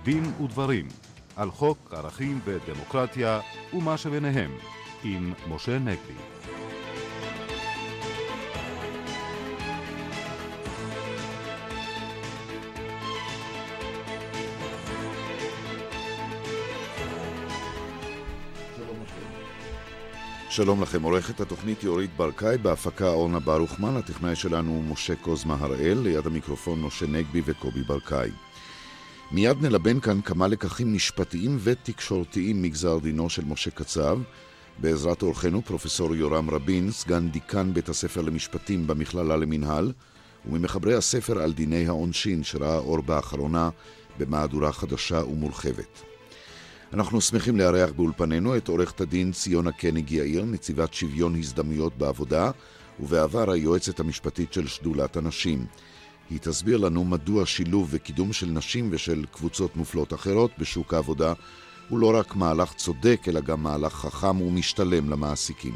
דין ודברים על חוק ערכים ודמוקרטיה ומה שביניהם עם משה נגבי. שלום לכם, עורכת התוכנית יורית ברקאי, בהפקה אורנה ברוכמן, הטכנאי שלנו משה קוזמה הראל, ליד המיקרופון משה נגבי וקובי ברקאי. מיד נלבן כאן כמה לקחים משפטיים ותקשורתיים מגזר דינו של משה קצב, בעזרת אורחנו פרופסור יורם רבין, סגן דיקן בית הספר למשפטים במכללה למנהל, וממחברי הספר על דיני העונשין שראה אור באחרונה במהדורה חדשה ומורחבת. אנחנו שמחים לארח באולפנינו את עורכת הדין ציונה קניג יאיר, נציבת שוויון הזדמנויות בעבודה, ובעבר היועצת המשפטית של שדולת הנשים. היא תסביר לנו מדוע שילוב וקידום של נשים ושל קבוצות מופלות אחרות בשוק העבודה הוא לא רק מהלך צודק, אלא גם מהלך חכם ומשתלם למעסיקים.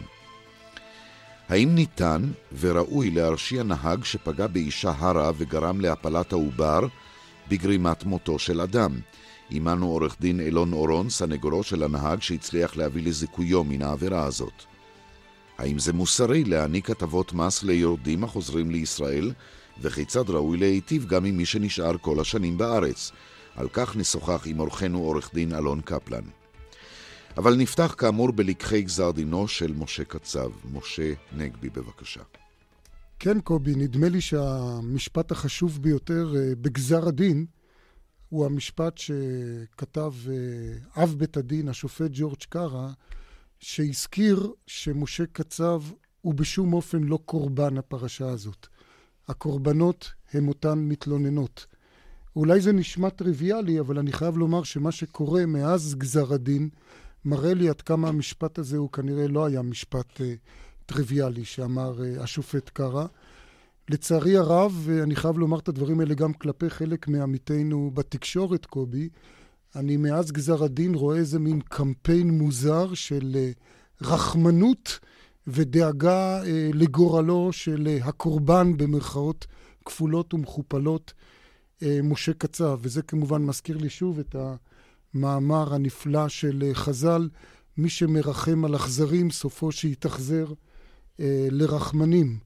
האם ניתן וראוי להרשיע נהג שפגע באישה הרה וגרם להפלת העובר בגרימת מותו של אדם? עמנו עורך דין אילון אורון, סנגורו של הנהג שהצליח להביא לזיכויו מן העבירה הזאת. האם זה מוסרי להעניק הטבות מס ליורדים החוזרים לישראל, וכיצד ראוי להיטיב גם עם מי שנשאר כל השנים בארץ? על כך נשוחח עם אורחנו עורך דין אלון קפלן. אבל נפתח כאמור בלקחי גזר דינו של משה קצב. משה נגבי, בבקשה. כן, קובי, נדמה לי שהמשפט החשוב ביותר בגזר הדין הוא המשפט שכתב אב בית הדין, השופט ג'ורג' קארה, שהזכיר שמשה קצב הוא בשום אופן לא קורבן הפרשה הזאת. הקורבנות הם אותן מתלוננות. אולי זה נשמע טריוויאלי, אבל אני חייב לומר שמה שקורה מאז גזר הדין מראה לי עד כמה המשפט הזה הוא כנראה לא היה משפט טריוויאלי שאמר השופט קארה. לצערי הרב, ואני חייב לומר את הדברים האלה גם כלפי חלק מעמיתינו בתקשורת, קובי, אני מאז גזר הדין רואה איזה מין קמפיין מוזר של רחמנות ודאגה לגורלו של הקורבן במרכאות כפולות ומכופלות משה קצב. וזה כמובן מזכיר לי שוב את המאמר הנפלא של חז"ל, מי שמרחם על אכזרים סופו שיתאכזר לרחמנים.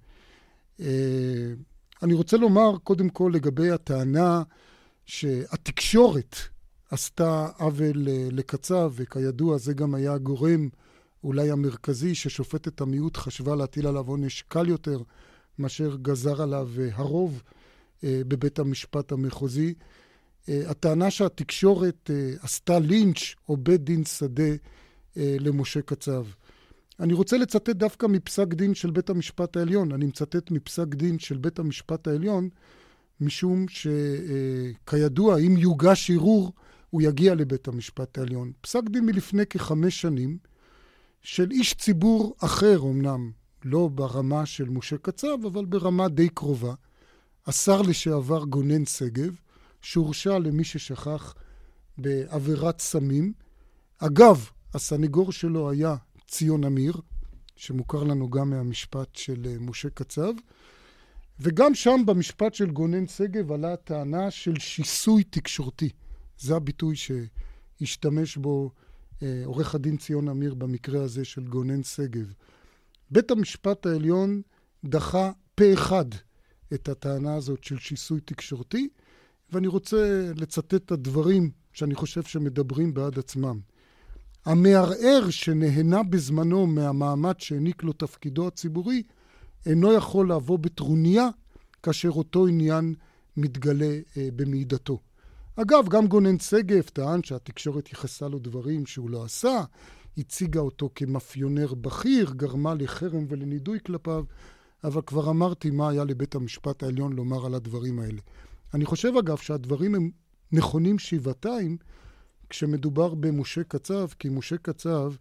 אני רוצה לומר קודם כל לגבי הטענה שהתקשורת עשתה עוול לקצב, וכידוע זה גם היה הגורם אולי המרכזי ששופטת המיעוט חשבה להטיל עליו עונש קל יותר מאשר גזר עליו הרוב בבית המשפט המחוזי. הטענה שהתקשורת עשתה לינץ' או בית דין שדה למשה קצב. אני רוצה לצטט דווקא מפסק דין של בית המשפט העליון. אני מצטט מפסק דין של בית המשפט העליון, משום שכידוע, אם יוגש ערעור, הוא יגיע לבית המשפט העליון. פסק דין מלפני כ5 שנים, של איש ציבור אחר אמנם, לא ברמה של משה קצב, אבל ברמה די קרובה, השר לשעבר גונן שגב, שהורשע למי ששכח בעבירת סמים. אגב, הסניגור שלו היה ציון אמיר, שמוכר לנו גם מהמשפט של משה קצב, וגם שם במשפט של גונן שגב עלה הטענה של שיסוי תקשורתי. זה הביטוי שהשתמש בו עורך הדין ציון אמיר במקרה הזה של גונן שגב. בית המשפט העליון דחה פה אחד את הטענה הזאת של שיסוי תקשורתי, ואני רוצה לצטט את הדברים שאני חושב שמדברים בעד עצמם. המערער שנהנה בזמנו מהמעמד שהעניק לו תפקידו הציבורי, אינו יכול לבוא בטרוניה כאשר אותו עניין מתגלה במידתו. אגב, גם גונן שגב טען שהתקשורת יחסה לו דברים שהוא לא עשה, הציגה אותו כמאפיונר בכיר, גרמה לחרם ולנידוי כלפיו, אבל כבר אמרתי מה היה לבית המשפט העליון לומר על הדברים האלה. אני חושב אגב שהדברים הם נכונים שבעתיים, כשמדובר במשה קצב, כי משה קצב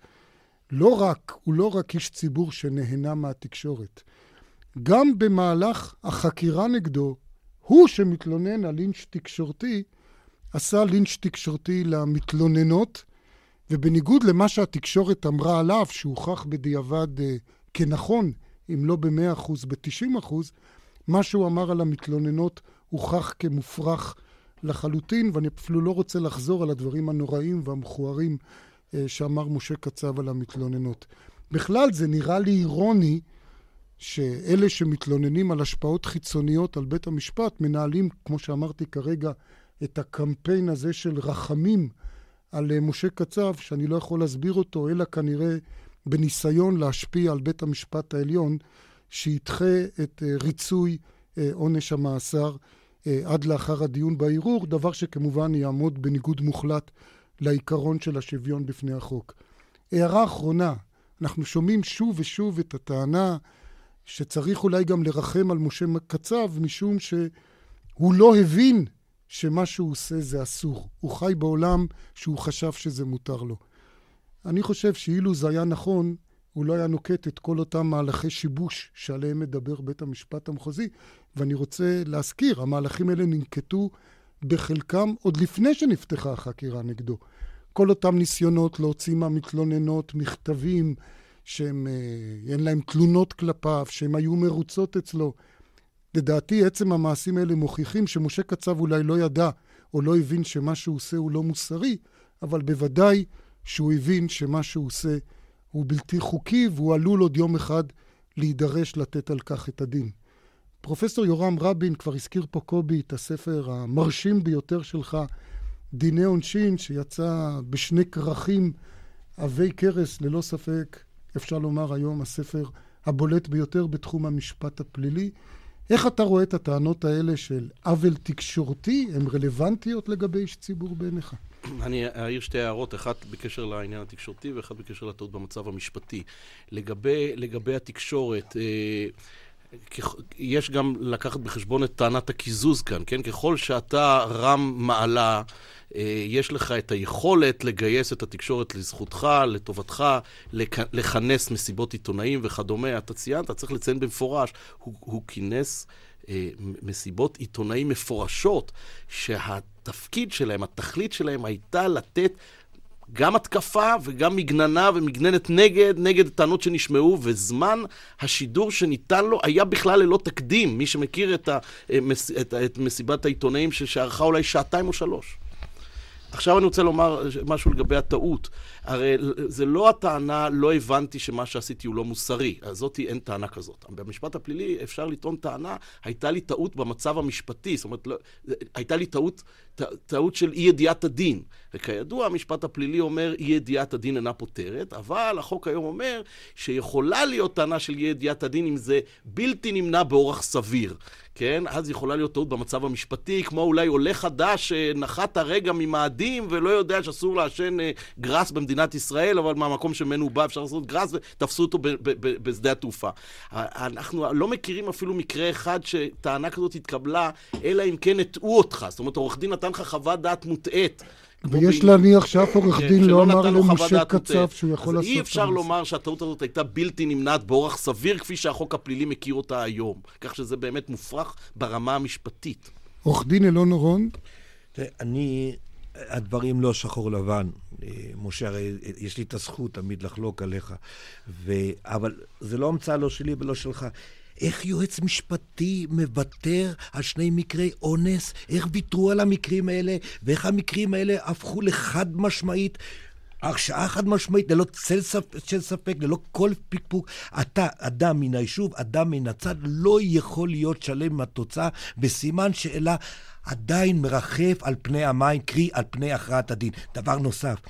הוא לא רק איש ציבור שנהנה מהתקשורת. גם במהלך החקירה נגדו, הוא שמתלונן על לינץ' תקשורתי, עשה לינץ' תקשורתי למתלוננות, ובניגוד למה שהתקשורת אמרה עליו, שהוכח בדיעבד כנכון, אם לא ב100%, ב90%, מה שהוא אמר על המתלוננות הוכח כמופרך לחלוטין, ואני אפילו לא רוצה לחזור על הדברים הנוראים והמכוערים שאמר משה קצב על המתלוננות. בכלל זה נראה לי אירוני שאלה שמתלוננים על השפעות חיצוניות על בית המשפט מנהלים, כמו שאמרתי כרגע, את הקמפיין הזה של רחמים על משה קצב, שאני לא יכול להסביר אותו, אלא כנראה בניסיון להשפיע על בית המשפט העליון, שידחה את ריצוי עונש המאסר עד לאחר הדיון בערעור, דבר שכמובן יעמוד בניגוד מוחלט לעיקרון של השוויון בפני החוק. הערה אחרונה, אנחנו שומעים שוב ושוב את הטענה שצריך אולי גם לרחם על משה קצב, משום שהוא לא הבין שמה שהוא עושה זה אסור. הוא חי בעולם שהוא חשב שזה מותר לו. אני חושב שאילו זה היה נכון, הוא לא היה נוקט את כל אותם מהלכי שיבוש שעליהם מדבר בית המשפט המחוזי, ואני רוצה להזכיר, המהלכים האלה ננקטו בחלקם עוד לפני שנפתחה החקירה נגדו. כל אותם ניסיונות להוציא מהמתלוננות מכתבים שהם אין להם תלונות כלפיו, שהם היו מרוצות אצלו. לדעתי עצם המעשים האלה מוכיחים שמשה קצב אולי לא ידע או לא הבין שמה שהוא עושה הוא לא מוסרי, אבל בוודאי שהוא הבין שמה שהוא עושה הוא בלתי חוקי, והוא עלול עוד יום אחד להידרש לתת על כך את הדין. פרופסור יורם רבין, כבר הזכיר פה קובי את הספר המרשים ביותר שלך, דיני עונשין, שיצא בשני כרכים עבי קרס, ללא ספק, אפשר לומר היום, הספר הבולט ביותר בתחום המשפט הפלילי. איך אתה רואה את הטענות האלה של עוול תקשורתי? הן רלוונטיות לגבי איש ציבור בעיניך? אני אעיר שתי הערות, אחת בקשר לעניין התקשורתי ואחת בקשר לטעות במצב המשפטי. לגבי התקשורת, יש גם לקחת בחשבון את טענת הקיזוז כאן, כן? ככל שאתה רם מעלה, יש לך את היכולת לגייס את התקשורת לזכותך, לטובתך, לכנס מסיבות עיתונאים וכדומה. אתה ציינת, אתה צריך לציין במפורש, הוא כינס מסיבות עיתונאים מפורשות, שהתפקיד שלהם, התכלית שלהם הייתה לתת גם התקפה וגם מגננה ומגננת נגד הטענות שנשמעו, וזמן השידור שניתן לו היה בכלל ללא תקדים. מי שמכיר את מסיבת העיתונאים שערכה אולי 2 או 3. עכשיו אני רוצה לומר משהו לגבי הטעות. הרי זה לא הטענה, לא הבנתי שמה שעשיתי הוא לא מוסרי. אז זאת אין טענה כזאת. במשפט הפלילי אפשר לטעון טענה, הייתה לי טעות במצב המשפטי. זאת אומרת, הייתה לי טעות של אי ידיעת הדין. וכידוע, המשפט הפלילי אומר, אי ידיעת הדין אינה פותרת, אבל החוק היום אומר שיכולה להיות טענה של אי ידיעת הדין אם זה בלתי נמנע באורח סביר. כן? אז יכולה להיות טעות במצב המשפטי, כמו אולי עולה חדש שנחת הרגע ממאדים ולא יודע שאסור לעשן גרס במדינת ישראל, אבל מהמקום שמנו הוא בא אפשר לעשות גרס ותפסו אותו בשדה התעופה. אנחנו לא מכירים אפילו מקרה אחד שטענה כזאת התקבלה, אלא אם כן הטעו אותך. זאת אומרת, עורך דין נתן לך חוות דעת מוטעית. ויש להניח שאף עורך דין לא אמר למשה קצב שהוא יכול לעשות. אי אפשר לומר שהטעות הזאת הייתה בלתי נמנעת באורח סביר, כפי שהחוק הפלילי מכיר אותה היום. כך שזה באמת מופרך ברמה המשפטית. עורך דין אלון אורון? הדברים לא שחור לבן. משה, הרי יש לי את הזכות תמיד לחלוק עליך. אבל זה לא המצאה לא שלי ולא שלך. איך יועץ משפטי מוותר על 2 מקרי אונס? איך ויתרו על המקרים האלה? ואיך המקרים האלה הפכו לחד משמעית? הרשעה חד משמעית, ללא צל של ספק, ללא כל פיקפוק. אתה, אדם מן היישוב, אדם מן הצד, לא יכול להיות שלם מהתוצאה, בסימן שאלה עדיין מרחף על פני המים, קרי על פני הכרעת הדין. דבר נוסף,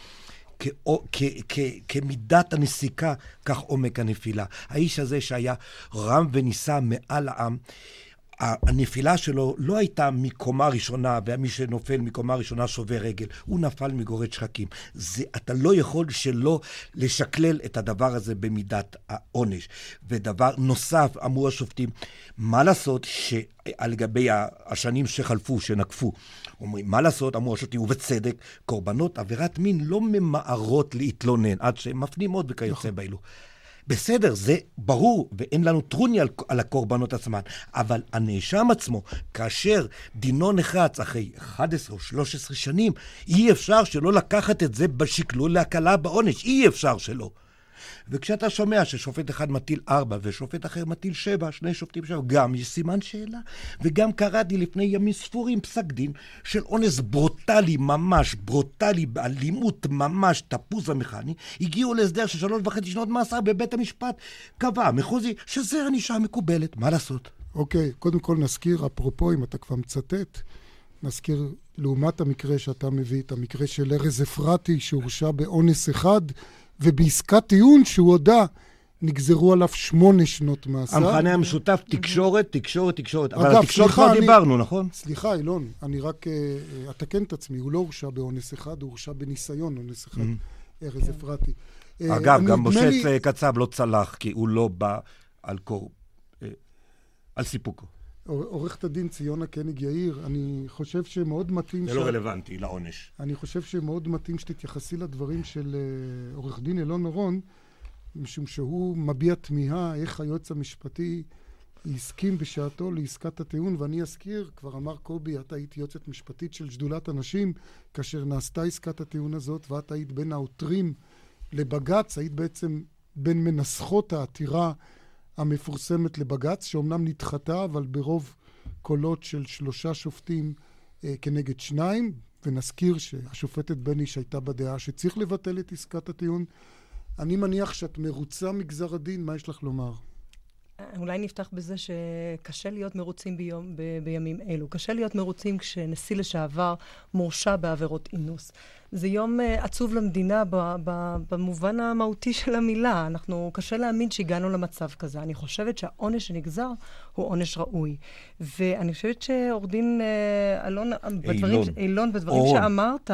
כמידת הנסיקה, כך עומק הנפילה. האיש הזה שהיה רם וניסה מעל העם, הנפילה שלו לא הייתה מקומה ראשונה, ומי שנופל מקומה ראשונה שובר רגל. הוא נפל מגורד שחקים. אתה לא יכול שלא לשקלל את הדבר הזה במידת העונש. ודבר נוסף, אמרו השופטים, מה לעשות שעל גבי השנים שחלפו, שנקפו, אומרים, מה לעשות, אמרו השופטים, ובצדק, קורבנות עבירת מין לא ממהרות להתלונן, עד שהם מפנים עוד וכיוצא באלו. בסדר, זה ברור, ואין לנו טרוניה על הקורבנות עצמן, אבל הנאשם עצמו, כאשר דינו נחרץ אחרי 11 או 13 שנים, אי אפשר שלא לקחת את זה בשקלול להקלה בעונש, אי אפשר שלא. וכשאתה שומע ששופט אחד מטיל 4 ושופט אחר מטיל 7, שני שופטים 7, גם יש סימן שאלה. וגם קראתי לפני ימים ספורים פסק דין של אונס ברוטלי ממש, ברוטלי באלימות ממש, תפוס ומכני, הגיעו להסדר של 3.5 שנות מאסר בבית המשפט, קבע המחוזי שזה ענישה מקובלת, מה לעשות? אוקיי, קודם כל נזכיר, אפרופו, אם אתה כבר מצטט, נזכיר לעומת המקרה שאתה מביא, את המקרה של ארז אפרתי שהורשע באונס אחד, ובעסקת טיעון שהוא הודה, נגזרו עליו 8 שנות מאסר. המכנה המשותף, תקשורת. אבל התקשורת כבר דיברנו, נכון? סליחה, אילון, אני רק אתקן את עצמי, הוא לא הורשע באונס אחד, הוא הורשע בניסיון אונס אחד, ארז אפרתי. אגב, גם משה קצב לא צלח, כי הוא לא בא על סיפוקו. עורכת הדין ציונה קניג יאיר, אני חושב שמאוד מתאים... זה לא רלוונטי לעונש. אני חושב שמאוד מתאים שתתייחסי לדברים של עורך דין אילון אורון, משום שהוא מביע תמיהה איך היועץ המשפטי הסכים בשעתו לעסקת הטיעון, ואני אזכיר, כבר אמר קובי, את היית יועצת משפטית של שדולת הנשים, כאשר נעשתה עסקת הטיעון הזאת, ואת היית בין העותרים לבגץ, היית בעצם בין מנסחות העתירה המפורסמת לבגץ, שאומנם נדחתה, אבל ברוב קולות של 3 שופטים כנגד 2, ונזכיר שהשופטת בניש הייתה בדעה שצריך לבטל את עסקת הטיעון. אני מניח שאת מרוצה מגזר הדין, מה יש לך לומר? אולי נפתח בזה שקשה להיות מרוצים בימים אלו. קשה להיות מרוצים כשנשיא לשעבר מורשע בעבירות אינוס. זה יום עצוב למדינה במובן המהותי של המילה. קשה להאמין שהגענו למצב כזה. אני חושבת שהעונש שנגזר הוא עונש ראוי. ואני חושבת שעורך-דין אילון, בדברים שאמרת,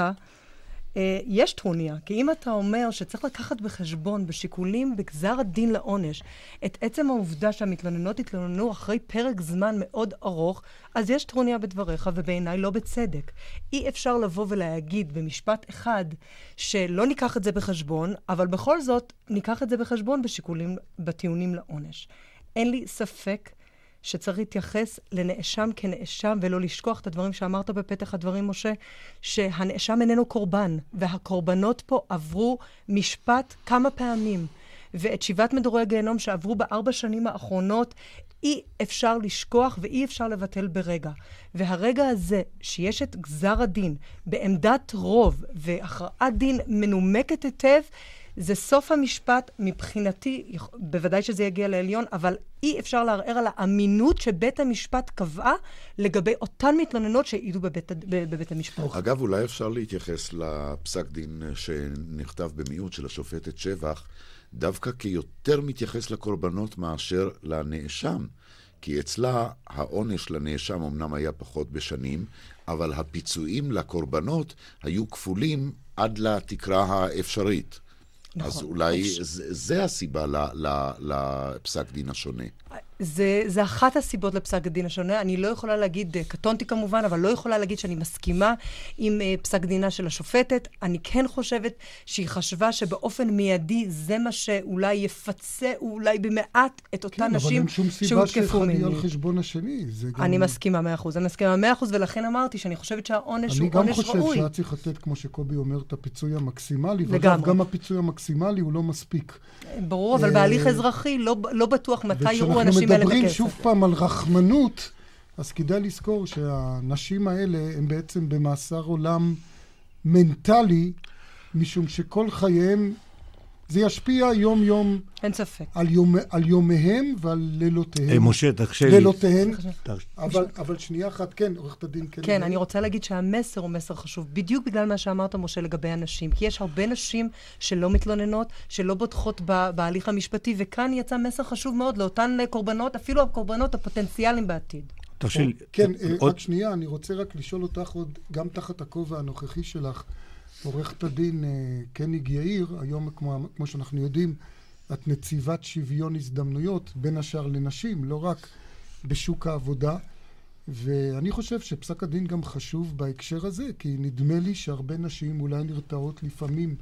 יש טרוניה, כי אם אתה אומר שצריך לקחת בחשבון בשיקולים בגזר הדין לעונש את עצם העובדה שהמתלוננות התלוננו אחרי פרק זמן מאוד ארוך, אז יש טרוניה בדבריך, ובעיניי לא בצדק. אי אפשר לבוא ולהגיד במשפט אחד שלא ניקח את זה בחשבון, אבל בכל זאת ניקח את זה בחשבון בשיקולים, בטיעונים לעונש. אין לי ספק שצריך להתייחס לנאשם כנאשם ולא לשכוח את הדברים שאמרת בפתח הדברים, משה, שהנאשם איננו קורבן, והקורבנות פה עברו משפט כמה פעמים, ואת 7 מדורי הגיהנום שעברו ב4 שנים האחרונות אי אפשר לשכוח ואי אפשר לבטל ברגע. והרגע הזה שיש את גזר הדין בעמדת רוב והכרעת דין מנומקת היטב, זה סוף המשפט מבחינתי, בוודאי שזה יגיע לעליון, אבל אי אפשר לערער על האמינות שבית המשפט קבעה לגבי אותן מתלוננות שהעידו בבית המשפט. אגב, אולי אפשר להתייחס לפסק דין שנכתב במיעוט של השופטת שבח, דווקא כיותר מתייחס לקורבנות מאשר לנאשם. כי אצלה העונש לנאשם אמנם היה פחות בשנים, אבל הפיצויים לקורבנות היו כפולים עד לתקרה האפשרית. נכון. אז אולי זה הסיבה לפסק דין השונה. זה אחת הסיבות לפסק הדין השונה. אני לא יכולה להגיד, קטונתי כמובן, אבל לא יכולה להגיד שאני מסכימה עם פסק דינה של השופטת. אני כן חושבת שהיא חשבה שבאופן מיידי זה מה שאולי יפצה אולי במעט את אותן נשים כן, אבל אין שום סיבה שאחד יהיה על חשבון השני. אני מסכימה 100%. אני מסכימה 100%, ולכן אמרתי שאני חושבת שהעונש הוא עונש ראוי. אני גם חושב שהיה צריך לתת, כמו שקובי אומר, את הפיצוי המקסימלי, וגם הפיצוי המקסימלי הוא לא מספיק. ברור, אבל בהליך אזרחי לא בטוח מתי יראו אנשים האלה מדברים שוב פעם על רחמנות, אז כדאי לזכור שהנשים האלה הם בעצם במאסר עולם מנטלי, משום שכל חייהם זה ישפיע יום יום, אין ספק, על יומיהם ועל לילותיהם. משה, תחשב לי. לילותיהם, אבל שנייה אחת, כן, עורכת הדין. כן, אני רוצה להגיד שהמסר הוא מסר חשוב, בדיוק בגלל מה שאמרת, משה, לגבי הנשים. כי יש הרבה נשים שלא מתלוננות, שלא בוטחות בהליך המשפטי, וכאן יצא מסר חשוב מאוד לאותן קורבנות, אפילו הקורבנות הפוטנציאליים בעתיד. כן, רק שנייה, אני רוצה רק לשאול אותך עוד, גם תחת הכובע הנוכחי שלך, עורכת הדין קניג יאיר, היום כמו שאנחנו יודעים, את נציבת שוויון הזדמנויות, בין השאר לנשים, לא רק בשוק העבודה, ואני חושב שפסק הדין גם חשוב בהקשר הזה, כי נדמה לי שהרבה נשים אולי נרתעות לפעמים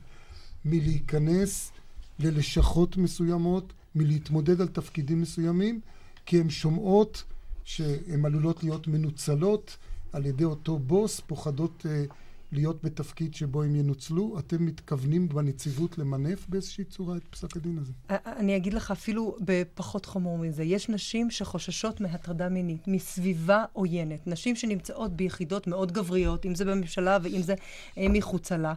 מלהיכנס ללשכות מסוימות, מלהתמודד על תפקידים מסוימים, כי הן שומעות שהן עלולות להיות מנוצלות על ידי אותו בוס, פוחדות להיות בתפקיד שבו הם ינוצלו? אתם מתכוונים בנציבות למנף באיזושהי צורה את פסק הדין הזה? אני אגיד לך אפילו בפחות חמור מזה. יש נשים שחוששות מהטרדה מינית, מסביבה עוינת. נשים שנמצאות ביחידות מאוד גבריות, אם זה בממשלה ואם זה מחוצה לה,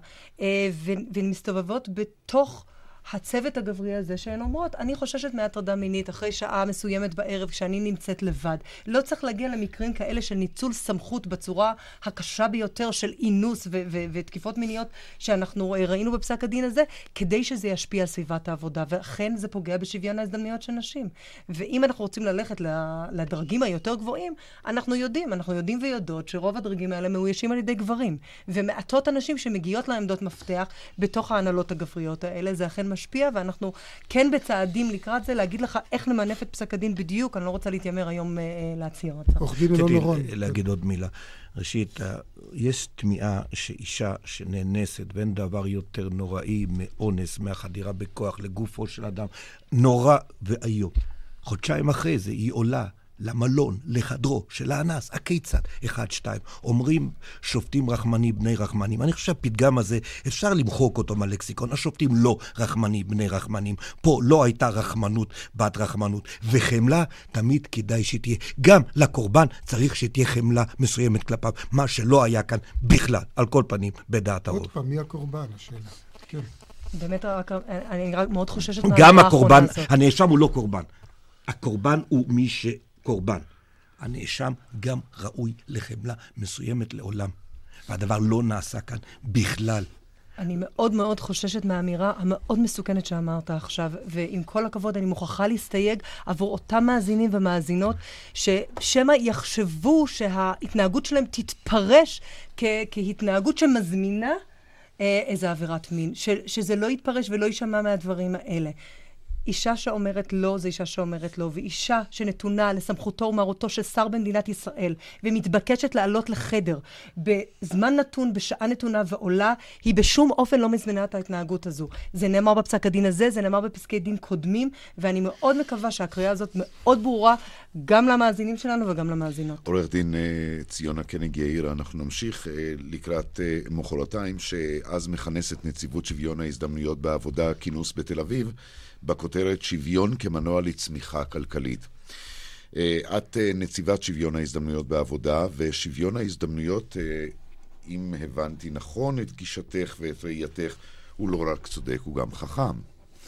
ומסתובבות בתוך הצוות הגברי הזה שהן אומרות, אני חוששת מהטרדה מינית אחרי שעה מסוימת בערב כשאני נמצאת לבד. לא צריך להגיע למקרים כאלה של ניצול סמכות בצורה הקשה ביותר של אינוס ותקיפות מיניות שאנחנו ראינו בפסק הדין הזה, כדי שזה ישפיע על סביבת העבודה. ואכן זה פוגע בשוויון ההזדמנויות של נשים. ואם אנחנו רוצים ללכת לדרגים היותר גבוהים, אנחנו יודעים ויודעות שרוב הדרגים האלה מאוישים על ידי גברים. ומעטות אנשים שמגיעות לעמדות מפתח בתוך ההנהלות הגבריות האלה, זה אכן משפיע, ואנחנו כן בצעדים לקראת זה, להגיד לך איך למנף את פסק הדין בדיוק, אני לא רוצה להתיימר היום להציע מצב. עורך דין אלון אורון. להגיד עוד מילה. ראשית, יש תמיעה שאישה שנאנסת, ואין דבר יותר נוראי מאונס, מהחדירה בכוח לגופו של אדם, נורא ואיום. חודשיים אחרי זה היא עולה למלון, לחדרו של האנס, הכיצד? 1, 2. אומרים שופטים רחמני בני רחמנים. אני חושב שהפתגם הזה, אפשר למחוק אותו מהלקסיקון. השופטים לא רחמני בני רחמנים. פה לא הייתה רחמנות בת רחמנות. וחמלה תמיד כדאי שתהיה. גם לקורבן צריך שתהיה חמלה מסוימת כלפיו. מה שלא היה כאן בכלל, על כל פנים, בדעת הרוב. עוד פעם, מי הקורבן? השאלה. כן. באמת, אני רק מאוד חוששת גם הקורבן, הנאשם הוא לא קורבן. הקורבן הוא מי קורבן. הנאשם גם ראוי לחמלה מסוימת לעולם. והדבר לא נעשה כאן בכלל. אני מאוד מאוד חוששת מהאמירה המאוד מסוכנת שאמרת עכשיו, ועם כל הכבוד אני מוכרחה להסתייג עבור אותם מאזינים ומאזינות, ששמה יחשבו שההתנהגות שלהם תתפרש כהתנהגות שמזמינה איזו עבירת מין, שזה לא יתפרש ולא יישמע מהדברים האלה. אישה שאומרת לא, זה אישה שאומרת לא, ואישה שנתונה לסמכותו ומרותו של שר במדינת ישראל, ומתבקשת לעלות לחדר בזמן נתון, בשעה נתונה ועולה, היא בשום אופן לא מזמינה את ההתנהגות הזו. זה נאמר בפסק הדין הזה, זה נאמר בפסקי דין קודמים, ואני מאוד מקווה שהקריאה הזאת מאוד ברורה, גם למאזינים שלנו וגם למאזינות. עורך דין ציונה קניג יאיר, אנחנו נמשיך לקראת מחרתיים, שאז מכנסת נציבות שוויון ההזדמנויות בעבודה, כינוס בתל אביב, בכותרת שוויון כמנוע לצמיחה כלכלית. את נציבת שוויון ההזדמנויות בעבודה, ושוויון ההזדמנויות, אם הבנתי נכון את גישתך ואת ראייתך, הוא לא רק צודק, הוא גם חכם.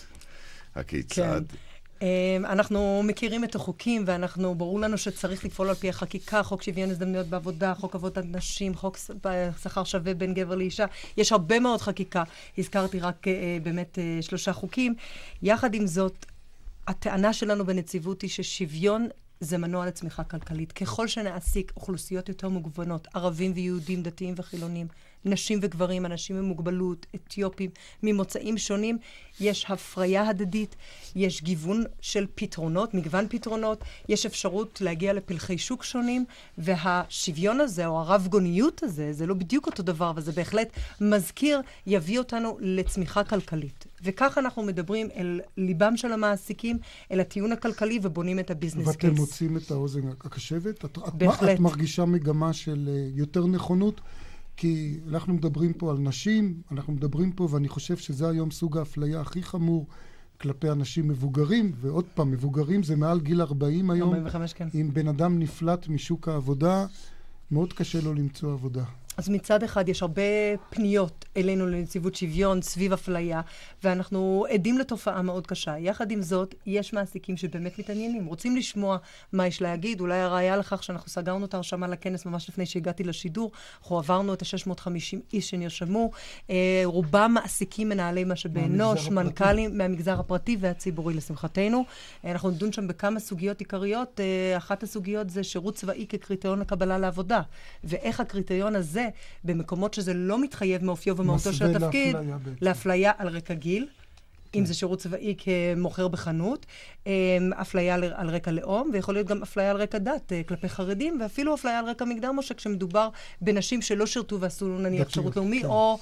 הכיצד? כן. אנחנו מכירים את החוקים, ואנחנו, ברור לנו שצריך לפעול על פי החקיקה, חוק שוויון הזדמנויות בעבודה, חוק עבודת נשים, חוק שכר שווה בין גבר לאישה. יש הרבה מאוד חקיקה. הזכרתי רק באמת 3 חוקים. יחד עם זאת, הטענה שלנו בנציבות היא ששוויון זה מנוע לצמיחה כלכלית. ככל שנעסיק אוכלוסיות יותר מגוונות, ערבים ויהודים, דתיים וחילונים, נשים וגברים, אנשים עם מוגבלות, אתיופים, ממוצאים שונים, יש הפריה הדדית, יש גיוון של פתרונות, מגוון פתרונות, יש אפשרות להגיע לפלחי שוק שונים, והשוויון הזה, או הרב-גוניות הזה, זה לא בדיוק אותו דבר, וזה בהחלט מזכיר, יביא אותנו לצמיחה כלכלית. וכך אנחנו מדברים אל ליבם של המעסיקים, אל הטיעון הכלכלי, ובונים את הביזנס קייס. ואתם מוצאים את האוזן הקשבת? בהחלט. את מרגישה מגמה של יותר נכונות? כי אנחנו מדברים פה על נשים, אנחנו מדברים פה, ואני חושב שזה היום סוג האפליה הכי חמור כלפי אנשים מבוגרים, ועוד פעם, מבוגרים זה מעל גיל 40 היום. 45, כן. אם בן אדם נפלט משוק העבודה, מאוד קשה לו למצוא עבודה. אז מצד אחד יש הרבה פניות אלינו לנציבות שוויון סביב אפליה, ואנחנו עדים לתופעה מאוד קשה. יחד עם זאת, יש מעסיקים שבאמת מתעניינים, רוצים לשמוע מה יש להגיד. אולי הראיה לכך שאנחנו סגרנו את ההרשמה לכנס ממש לפני שהגעתי לשידור, אנחנו עברנו את ה-650 איש שנרשמו, רובם מעסיקים מנהלי משאבי אנוש, מנכ"לים מהמגזר הפרטי והציבורי לשמחתנו. אנחנו נדון שם בכמה סוגיות עיקריות. אחת הסוגיות זה שירות צבאי כקריטריון לקבלה לעבודה, ואיך הקריטריון הזה במקומות שזה לא מתחייב מאופיו ומהותו של התפקיד, לאפליה על רקע גיל, אם זה שירות צבאי כמוכר בחנות, אפליה על רקע לאום, ויכול להיות גם אפליה על רקע דת כלפי חרדים, ואפילו אפליה על רקע מגדר משה, כשמדובר בנשים שלא שירתו ועשו נניח שירות לאומי,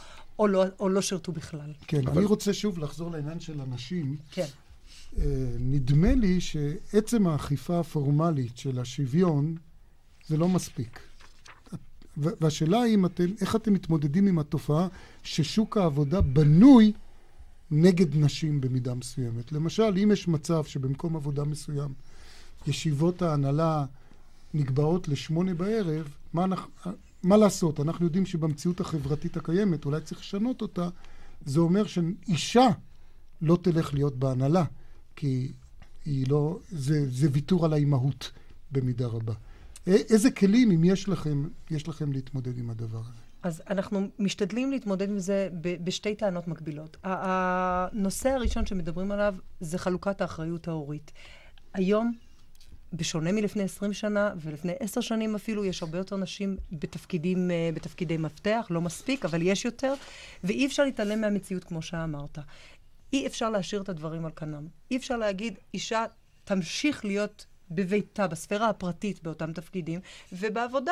או לא שירתו בכלל. כן, אני רוצה שוב לחזור לעניין של אנשים. כן. נדמה לי שעצם האכיפה הפורמלית של השוויון, זה לא מספיק. והשאלה היא איך אתם מתמודדים עם התופעה ששוק העבודה בנוי נגד נשים במידה מסוימת. למשל, אם יש מצב שבמקום עבודה מסוים ישיבות ההנהלה נקבעות ל8 בערב, מה לעשות? אנחנו יודעים שבמציאות החברתית הקיימת, אולי צריך לשנות אותה, זה אומר שאישה לא תלך להיות בהנהלה, כי היא לא, זה ויתור על האימהות במידה רבה. איזה כלים, אם יש לכם להתמודד עם הדבר הזה? אז אנחנו משתדלים להתמודד עם זה בשתי טענות מקבילות. הנושא הראשון שמדברים עליו זה חלוקת האחריות ההורית. היום, בשונה מלפני 20 שנה ולפני 10 שנים אפילו, יש הרבה יותר נשים בתפקידי מפתח, לא מספיק, אבל יש יותר, ואי אפשר להתעלם מהמציאות כמו שאמרת. אי אפשר להשאיר את הדברים על כנם. אי אפשר להגיד, אישה תמשיך להיות בביתה, בספירה הפרטית באותם תפקידים, ובעבודה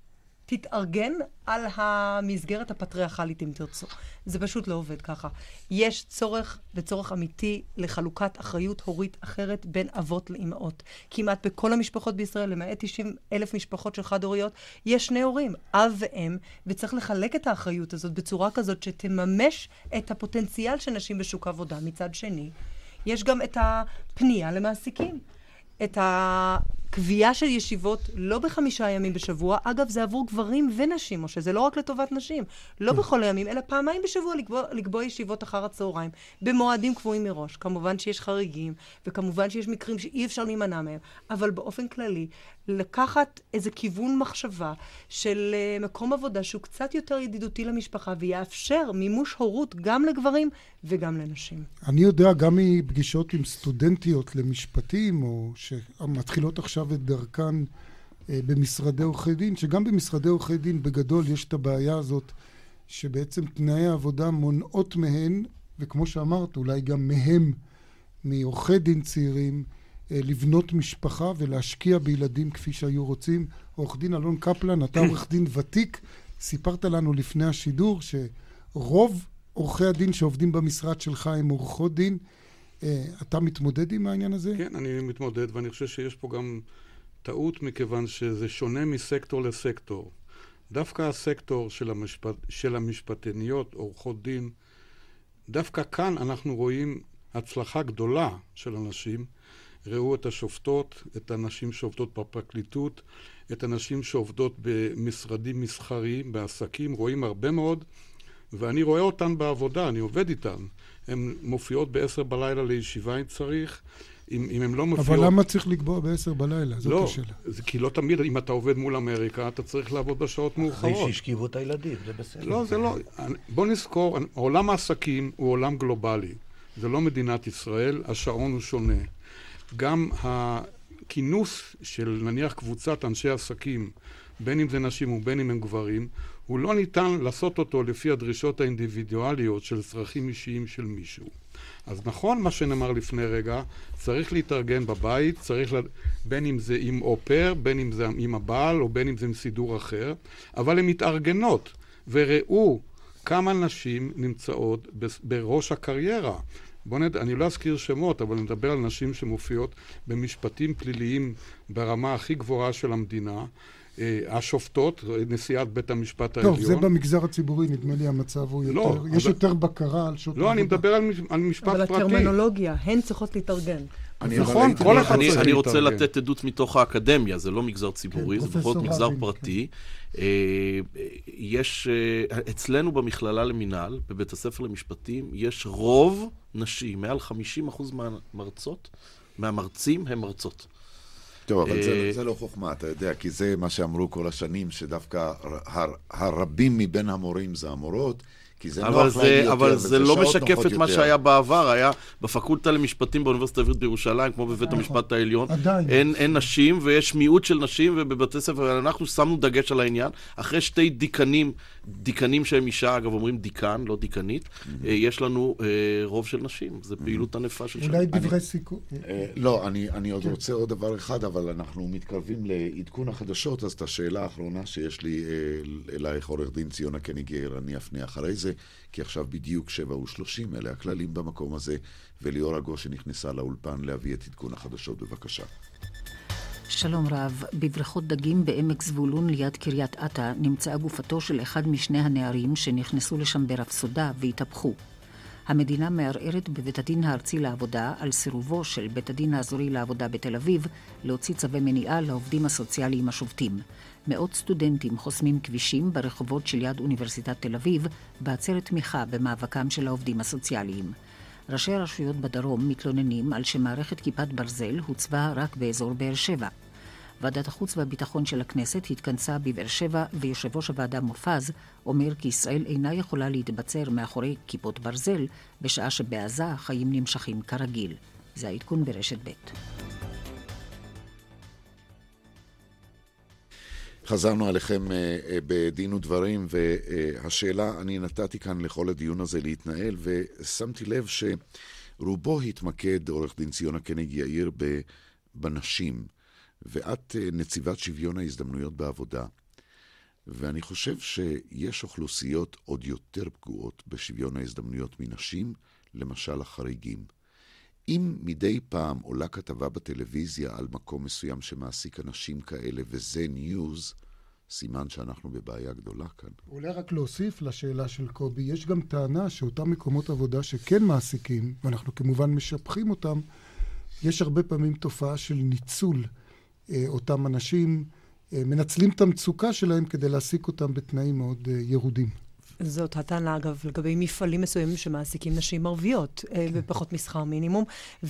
תתארגן על המסגרת הפטריארכלית, אם תרצו. זה פשוט לא עובד ככה. יש צורך וצורך אמיתי לחלוקת אחריות הורית אחרת בין אבות לאמהות. כמעט בכל המשפחות בישראל, למעט 90,000 משפחות של חד-הוריות, יש 2 הורים, אב ואם, וצריך לחלק את האחריות הזאת בצורה כזאת שתממש את הפוטנציאל של נשים בשוק העבודה. מצד שני, יש גם את הפנייה למעסיקים. את הקביעה של ישיבות לא ב5 ימים בשבוע, אגב זה עבור גברים ונשים, או שזה לא רק לטובת נשים, לא בכל הימים, אלא פעמיים בשבוע לקבוע ישיבות אחר הצהריים, במועדים קבועים מראש. כמובן שיש חריגים, וכמובן שיש מקרים שאי אפשר להימנע מהם, אבל באופן כללי, לקחת איזה כיוון מחשבה של מקום עבודה שהוא קצת יותר ידידותי למשפחה, ויאפשר מימוש הורות גם לגברים וגם לנשים. אני יודע גם מפגישות עם סטודנטיות למשפטים, או שמתחילות עכשיו את דרכן במשרדי עורכי דין, שגם במשרדי עורכי דין בגדול יש את הבעיה הזאת, שבעצם תנאי העבודה מונעות מהן, וכמו שאמרת, אולי גם מהם, מעורכי דין צעירים, לבנות משפחה ולהשקיע בילדים כפי שהיו רוצים. עורך דין אלון קפלן, אתה עורך דין ותיק, סיפרת לנו לפני השידור שרוב עורכי הדין שעובדים במשרד שלך הם עורכות דין. אתה מתמודד עם העניין הזה? כן, אני מתמודד, ואני חושב שיש פה גם טעות, מכיוון שזה שונה מסקטור לסקטור. דווקא הסקטור של המשפטניות, עורכות דין, דווקא כאן אנחנו רואים הצלחה גדולה של אנשים. ראו את השופטות, את הנשים שעובדות בפרקליטות, את הנשים שעובדות במשרדים מסחריים, בעסקים, רואים הרבה מאוד, ואני רואה אותן בעבודה, אני עובד איתן. הן מופיעות ב10 בלילה לישיבה אם צריך, אם הן לא מופיעות... אבל למה צריך לקבוע ב10 בלילה? זאת השאלה. לא, כי לא תמיד, אם אתה עובד מול אמריקה, אתה צריך לעבוד בשעות מאוחרות. אחרי שהשכיבו את הילדים, זה בסדר. לא, זה לא. בוא נזכור, עולם העסקים הוא עולם גלובלי. זה לא מדינת ישראל, השעון הוא שונה. גם הכינוס של נניח קבוצת אנשי עסקים, בין אם זה נשים ובין אם הם גברים, הוא לא ניתן לעשות אותו לפי הדרישות האינדיבידואליות של צרכים אישיים של מישהו. אז נכון מה שנאמר לפני רגע, צריך להתארגן בבית, בין אם זה עם אופר, בין אם זה עם הבעל או בין אם זה עם סידור אחר, אבל הן מתארגנות, וראו כמה נשים נמצאות בראש הקריירה. אני לא אזכיר שמות, אבל נדבר על נשים שמופיעות במשפטים פליליים ברמה הכי גבוהה של המדינה, השופטות, נשיאת בית המשפט העליון. טוב, זה במגזר הציבורי, נדמה לי המצב הוא יותר, יש יותר בקרה על שעות עבודה. לא, אני מדבר על משפט פרטי. אבל הטרמינולוגיה, הן צריכות להתארגן. נכון, כל אחד צריך להתארגן. אני רוצה לתת עדות מתוך האקדמיה, זה לא מגזר ציבורי, זה בכל זאת מגזר פרטי. יש, אצלנו במכללה למינהל, בבית הספר למשפטים, יש רוב נשים, מעל 50% מהמרצים הם מרצות. טוב, אבל זה לא חוכמה, אתה יודע, כי זה מה שאמרו כל השנים, שדווקא הרבים מבין המורים זה המורות, כי זה נוח להם יותר, אבל זה לא משקף את מה שהיה בעבר, היה בפקולטה למשפטים באוניברסיטת העברית בירושלים, כמו בבית המשפט העליון, אין נשים ויש מיעוט של נשים, ובבתי ספר אנחנו שמנו דגש על העניין, אחרי 2 דיקנים שהם אישה, אגב אומרים דיקן, לא דיקנית, יש לנו רוב של נשים, זה פעילות ענפה של נשים. אולי דברי סיכום. לא, אני עוד רוצה עוד דבר אחד, אבל אנחנו מתקרבים לעדכון החדשות, אז את השאלה האחרונה שיש לי אלייך עורך דין ציונה קניגר, אני אפנה אחרי זה, כי עכשיו בדיוק 7:30, אלה הכללים במקום הזה, וליאור אגו שנכנסה לאולפן להביא את עדכון החדשות, בבקשה. שלום רב, בבריכות דגים בעמק זבולון ליד קריית אתא נמצאה גופתו של אחד משני הנערים שנכנסו לשם ברפסודה והתהפכו. המדינה מערערת בבית הדין הארצי לעבודה על סירובו של בית הדין האזורי לעבודה בתל אביב להוציא צווי מניעה לעובדים הסוציאליים השובתים. מאות סטודנטים חוסמים כבישים ברחובות של יד אוניברסיטת תל אביב בעצרת תמיכה במאבקם של העובדים הסוציאליים. ראשי הרשויות בדרום מתלוננים על שמערכת כיפת ברזל הוצבה רק באזור באר שבע. ועדת החוץ והביטחון של הכנסת התכנסה בבאר שבע, ויושב ראש הוועדה מופז אומר כי ישראל אינה יכולה להתבצר מאחורי כיפות ברזל, בשעה שבעזה החיים נמשכים כרגיל. זה העדכון ברשת ב'. חזרנו עליכם בדין ודברים, והשאלה, אני נתתי כאן לכל הדיון הזה להתנהל, ושמתי לב שרובו התמקד, עורך דין ציונה קניג יאיר, בנשים. ואת נציבת שוויון ההזדמנויות בעבודה, ואני חושב שיש אוכלוסיות עוד יותר פגועות בשוויון ההזדמנויות מנשים, למשל החריגים. אם מדי פעם עולה כתבה בטלוויזיה על מקום מסוים שמעסיק אנשים כאלה וזה ניוז, סימן שאנחנו בבעיה גדולה כאן. אולי רק להוסיף לשאלה של קובי, יש גם טענה שאותם מקומות עבודה שכן מעסיקים, ואנחנו כמובן משפחים אותם, יש הרבה פעמים תופעה של ניצול. אותם אנשים מנצלים את המצוקה שלהם כדי להעסיק אותם בתנאים מאוד ירודים. זאת הטענה, אגב, לגבי מפעלים מסוימים שמעסיקים נשים ערביות, בפחות משכר מינימום,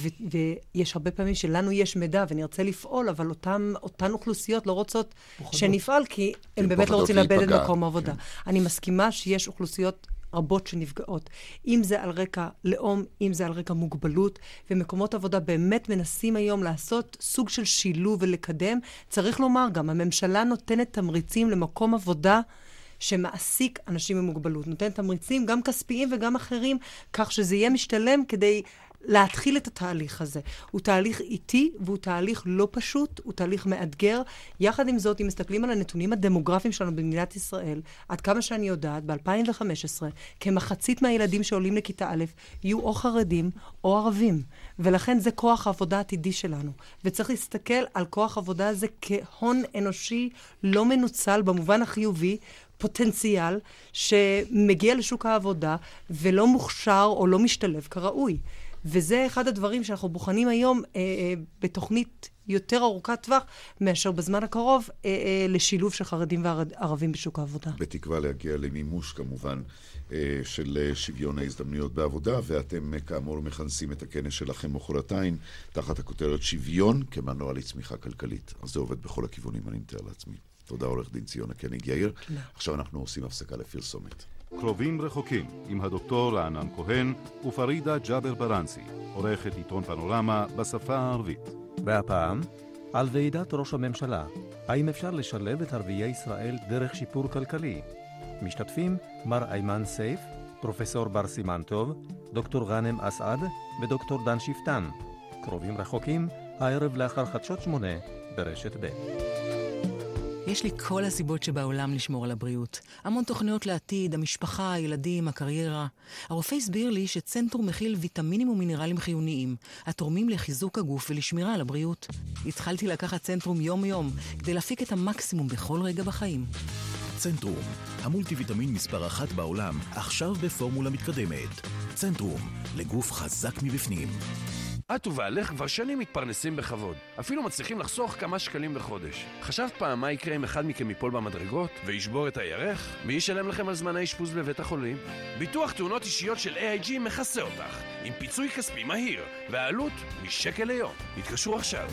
ויש הרבה פעמים שלנו יש מידע ונרצה לפעול, אבל אותן אוכלוסיות לא רוצות שנפעל, כי הם באמת לא רוצים לאבד את מקום העבודה. אני מסכימה שיש אוכלוסיות רבות שנפגעות, אם זה על רקע לאום, אם זה על רקע מוגבלות, ומקומות עבודה באמת מנסים היום לעשות סוג של שילוב ולקדם. צריך לומר גם, הממשלה נותנת תמריצים למקום עבודה שמעסיק אנשים עם מוגבלות. נותנת תמריצים גם כספיים וגם אחרים, כך שזה יהיה משתלם כדי להתחיל את התהליך הזה. הוא תהליך איטי, והוא תהליך לא פשוט, הוא תהליך מאתגר. יחד עם זאת, אם מסתכלים על הנתונים הדמוגרפיים שלנו במדינת ישראל, עד כמה שאני יודעת, ב-2015, כמחצית מהילדים שעולים לכיתה א', יהיו או חרדים או ערבים. ולכן זה כוח העבודה העתידי שלנו. וצריך להסתכל על כוח העבודה הזה כהון אנושי לא מנוצל במובן החיובי, פוטנציאל שמגיע לשוק העבודה ולא מוכשר או לא משתלב כראוי. וזה אחד הדברים שאנחנו בוחנים היום בתוכנית יותר ארוכת טווח מאשר בזמן הקרוב לשילוב של חרדים וערבים בשוק העבודה. בתקווה להגיע למימוש כמובן של שוויון ההזדמנויות בעבודה, ואתם כאמור מכנסים את הכנס שלכם מחרתיים תחת הכותרת שוויון כמנוע לצמיחה כלכלית. אז זה עובד בכל הכיוונים, אני מתאר לעצמי. תודה עורך דין ציונה קניג יאיר. עכשיו אנחנו עושים הפסקה לפרסומת. קרובים רחוקים עם הדוקטור רענן כהן ופרידה ג'אבר ברנסי, עורכת עיתון פנורמה בשפה הערבית. והפעם, על ועידת ראש הממשלה, האם אפשר לשלב את ערביי ישראל דרך שיפור כלכלי? משתתפים מר איימן סייף, פרופסור בר סימן טוב, דוקטור גאנם אסעד ודוקטור דן שפטן. קרובים רחוקים, הערב לאחר חדשות 8 ברשת ב'. יש לי כל הסיבות שבעולם לשמור על הבריאות. המון תוכניות לעתיד, המשפחה, הילדים, הקריירה. הרופא הסביר לי שצנטרום מכיל ויטמינים ומינרלים חיוניים, התורמים לחיזוק הגוף ולשמירה על הבריאות. התחלתי לקחת צנטרום יום-יום, כדי להפיק את המקסימום בכל רגע בחיים. צנטרום, המולטי ויטמין מספר 1 בעולם, עכשיו בפורמולה מתקדמת. צנטרום, לגוף חזק מבפנים. את ובעלך כבר שנים מתפרנסים בכבוד, אפילו מצליחים לחסוך כמה שקלים בחודש. חשבת פעם מה יקרה אם אחד מכם ייפול במדרגות וישבור את הירך? מי ישלם לכם על זמן האשפוז בבית החולים? ביטוח תאונות אישיות של AIG מכסה אותך, עם פיצוי כספי מהיר, והעלות משקל ליום. התקשרו עכשיו.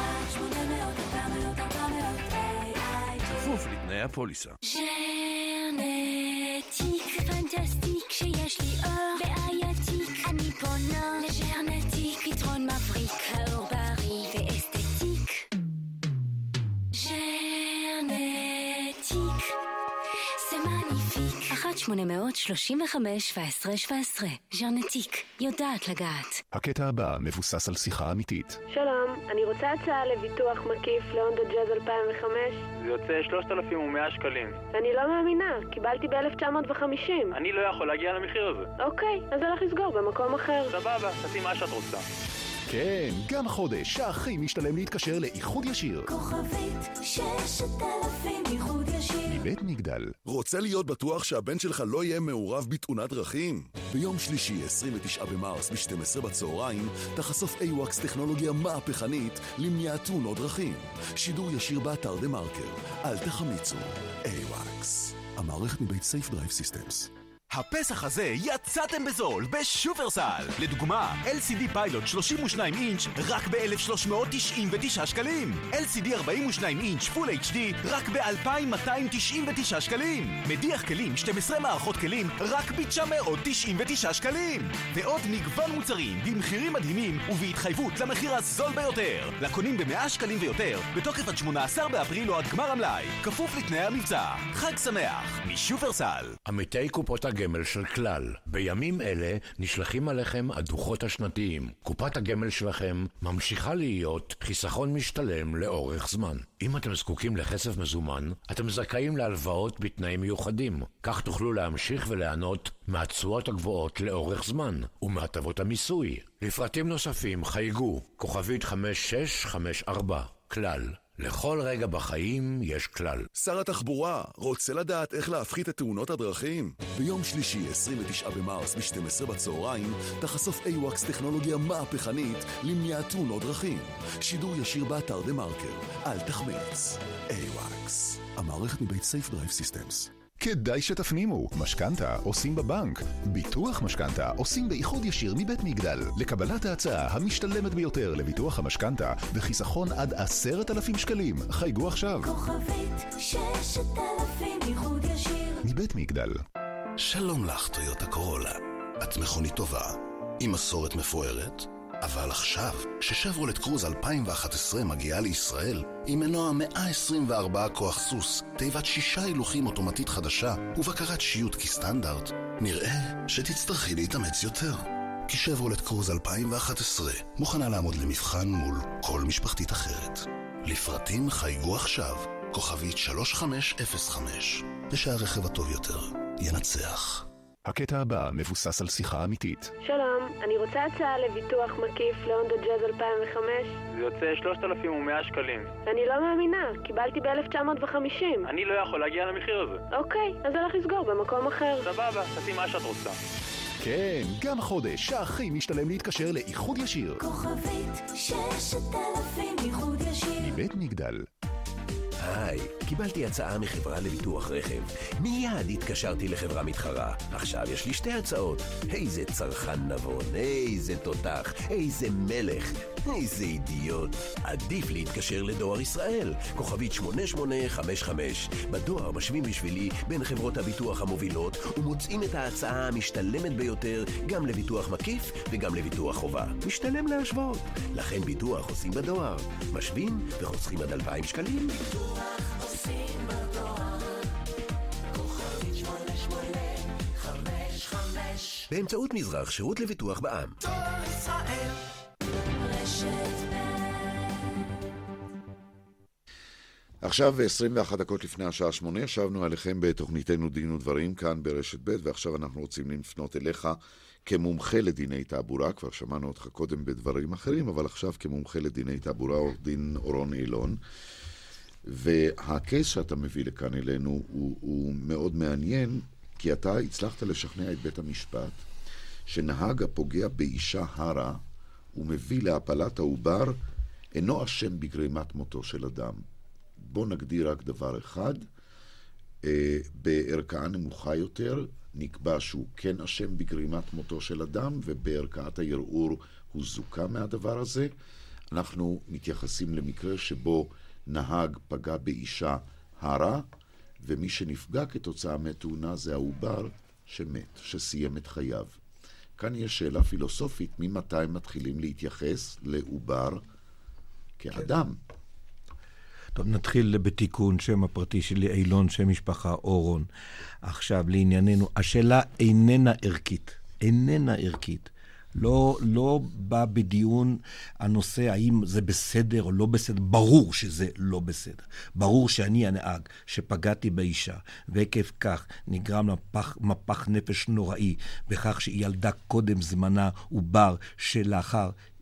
כפוף לתנאי הפוליסה. ג'רנטיק, פנטסטיק שיש לי אור בעייתיק, אני פונה לג'רנטיק, פתרון מבריק, האור בריא ואסתטיק. ג'רנטיק, זה מניפיק. 1-835-17-17 ג'רנטיק, יודעת לגעת. הקטע הבא מבוסס על שיחה אמיתית. שלום, אני רוצה הצעה לביטוח מקיף להונדה ג'אז 2005. זה יוצא 3,100 שקלים. אני לא מאמינה, קיבלתי ב-1950. אני לא יכול להגיע למחיר הזה. אוקיי, אז הלך לסגור במקום אחר. סבבה, תעשי מה שאת רוצה. כן, גם החודש שהכי משתלם להתקשר לאיחוד ישיר. כוכבית 6000 איחוד ישיר. מבית מגדל. רוצה להיות בטוח שהבן שלך לא יהיה מעורב בתאונת דרכים? ביום שלישי, 29 במרס, ב-12 בצהריים, תחשוף איוואקס טכנולוגיה מהפכנית למניעת תאונות דרכים. שידור ישיר באתר דה מרקר. אל תחמיצו. איוואקס. המערכת מבית סייף דרייב סיסטמס. הפסח הזה יצאתם בזול בשופרסל. לדוגמה, LCD פיילוט 32 אינץ' רק ב-1,399 שקלים. LCD 42 אינץ' פול HD רק ב-2,299 שקלים. מדיח כלים 12 מערכות כלים רק ב-999 שקלים. ועוד מגוון מוצרים במחירים מדהימים ובהתחייבות למחיר הזול ביותר. לקונים ב100 שקלים ויותר, בתוקף עד 18 באפריל או עד גמר המלאי. כפוף לתנאי המבצע. חג שמח משופרסל. עמיתי קופות הגמל של כלל. בימים אלה נשלחים עליכם הדוחות השנתיים. קופת הגמל שלכם ממשיכה להיות חיסכון משתלם לאורך זמן. אם אתם זקוקים לכסף מזומן, אתם זכאים להלוואות בתנאים מיוחדים. כך תוכלו להמשיך וליהנות מהתשואות הגבוהות לאורך זמן ומהטבות המיסוי. לפרטים נוספים חייגו כוכבית 5654 כלל. לכל רגע בחיים יש כלל. שר התחבורה רוצה לדעת איך להפחית את תאונות הדרכים? ביום שלישי, 29 במרס, ב-12 בצהריים, תחשוף איוואקס טכנולוגיה מהפכנית למניעת תאונות דרכים. שידור ישיר באתר דה מרקר. אל תחמיץ. איוואקס. המערכת מבית סייף דרייב סיסטמס. כדאי שתפנימו, משכנתה עושים בבנק, ביטוח משכנתה עושים באיחוד ישיר מבית מגדל. לקבלת ההצעה המשתלמת ביותר לביטוח המשכנתה וחיסכון עד 10,000 שקלים, חייגו עכשיו. כוכבית 6000 איחוד ישיר. מבית מגדל. שלום לך טויוטה קורולה, את מכונית טובה, עם מסורת מפוארת, אבל עכשיו, כששברולט קרוז 2011 מגיעה לישראל, עם מנוע 124 כוח סוס, תיבת 6 הילוכים אוטומטית חדשה, ובקרת שיוט כסטנדרט, נראה שתצטרכי להתאמץ יותר. כי שברולט קרוז 2011 מוכנה לעמוד למבחן מול כל משפחתית אחרת. לפרטים חייגו עכשיו, כוכבית 3505, ושהרכב הטוב יותר ינצח. הקטע הבא מבוסס על שיחה אמיתית. שלום, אני רוצה הצעה לביטוח מקיף להונדה ג'אז 2005. זה יוצא 3,100 שקלים. אני לא מאמינה, קיבלתי ב-1950. אני לא יכול להגיע למחיר הזה. אוקיי, אז הולך לסגור במקום אחר. סבבה, תעשי מה שאת רוצה. כן, גם החודש שהכי משתלם להתקשר לאיחוד ישיר. כוכבית 6000 איחוד ישיר. מבית מגדל. היי, קיבלתי הצעה מחברה לביטוח רכב. מיד התקשרתי לחברה מתחרה. עכשיו יש לי 2 הצעות. איזה צרכן נבון, איזה תותח, איזה מלך, איזה אידיוט. עדיף להתקשר לדואר ישראל, כוכבית 8855. בדואר משווים בשבילי בין חברות הביטוח המובילות ומוצאים את ההצעה המשתלמת ביותר גם לביטוח מקיף וגם לביטוח חובה. משתלם להשוות. לכן ביטוח עושים בדואר. משווים וחוסכים עד 2,000 שקלים. עושים בדואר, כוכבית 8855. באמצעות מזרח שירות לביטוח בע"מ. דואר ישראל, רשת ב'. עכשיו 21 דקות לפני השעה 8, ישבנו עליכם בתוכניתנו דין ודברים כאן ברשת ב', ועכשיו אנחנו רוצים לפנות אליך כמומחה לדיני תעבורה. כבר שמענו אותך קודם בדברים אחרים, אבל עכשיו כמומחה לדיני תעבורה, עורך דין אורון אילון. והקייס שאתה מביא לכאן אלינו הוא מאוד מעניין, כי אתה הצלחת לשכנע את בית המשפט שנהג הפוגע באישה הרה ומביא להפלת העובר אינו אשם בגרימת מותו של אדם. בוא נגדיר רק דבר אחד, בערכאה נמוכה יותר נקבע שהוא כן אשם בגרימת מותו של אדם, ובערכאת הערעור הוא זוכה מהדבר הזה. אנחנו מתייחסים למקרה שבו נהג פגע באישה הרה, ומי שנפגע כתוצאה מתאונה זה העובר שמת, שסיים את חייו. כאן יש שאלה פילוסופית, ממתי מתחילים להתייחס לעובר כאדם? טוב, נתחיל בתיקון. שם הפרטי שלי אילון, שם משפחה אורון. עכשיו לענייננו, השאלה איננה ערכית, איננה ערכית. לא בא בדיון הנושא האם זה בסדר או לא בסדר. ברור שזה לא בסדר. ברור שאני הנהג שפגעתי באישה, ועקב כך נגרם מפח נפש נוראי, בכך שהיא ילדה קודם זמנה עובר שלאחר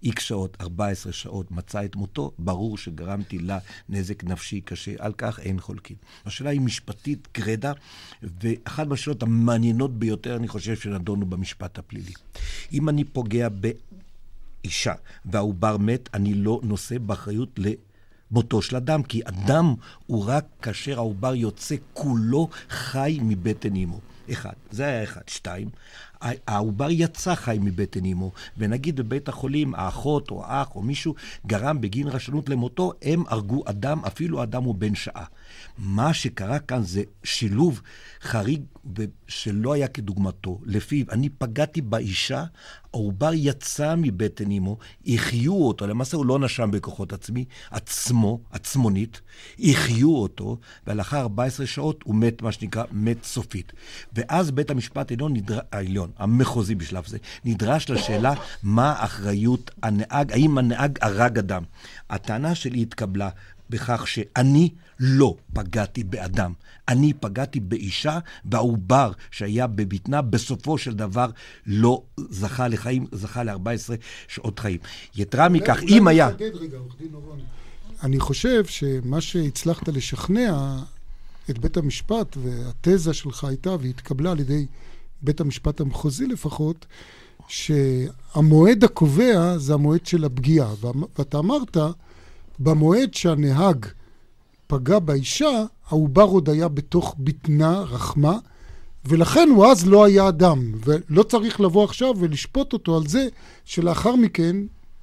איקס שעות, 14 שעות, מצא את מותו, ברור שגרמתי לה נזק נפשי קשה, על כך אין חולקים. השאלה היא משפטית גרדה, ואחת מהשאלות המעניינות ביותר, אני חושב שנדונו במשפט הפלילי. אם אני פוגע באישה והעובר מת, אני לא נושא באחריות מותו של אדם, כי אדם הוא רק כאשר העובר יוצא כולו חי מבטן אמו. אחד, זה היה אחד. שתיים, העובר יצא חי מבטן אמו, ונגיד בבית החולים, האחות או האח או מישהו גרם בגין רשלנות למותו, הם הרגו אדם, אפילו אדם הוא בן שעה. מה שקרה כאן זה שילוב חריג שלא היה כדוגמתו. לפיו, אני פגעתי באישה, העובר יצא מבטן אמו, החיו אותו, למעשה הוא לא נשם בכוחות עצמונית, החיו אותו, ולאחר 14 שעות הוא מת, מה שנקרא, מת סופית. ואז בית המשפט העליון, המחוזי בשלב זה, נדרש לשאלה מה האחריות הנהג, האם הנהג הרג אדם. הטענה שלי התקבלה בכך שאני לא פגעתי באדם. אני פגעתי באישה, והעובר שהיה בבטנה בסופו של דבר לא זכה לחיים, זכה ל-14 שעות חיים. יתרה מכך, אם היה... רגע, עורך דין אורון. אני חושב שמה שהצלחת לשכנע את בית המשפט, והתזה שלך הייתה, והתקבלה על ידי בית המשפט המחוזי לפחות, שהמועד הקובע זה המועד של הפגיעה. ואתה אמרת, במועד שהנהג פגע באישה, העובר עוד היה בתוך בטנה רחמה, ולכן הוא אז לא היה אדם, ולא צריך לבוא עכשיו ולשפוט אותו על זה, שלאחר מכן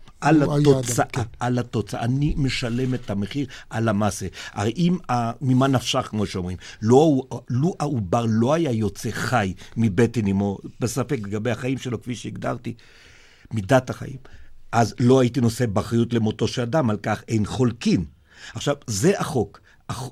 על התוצאה, אני משלם את המחיר על המעשה. הרי אם, ממה נפשך, כמו שאומרים, לא העובר לא היה יוצא חי מבטן אמו, בספק לגבי החיים שלו, כפי שהגדרתי, מידת החיים, אז לא הייתי נושא באחריות למותו של אדם, על כך אין חולקים. עכשיו, זה החוק.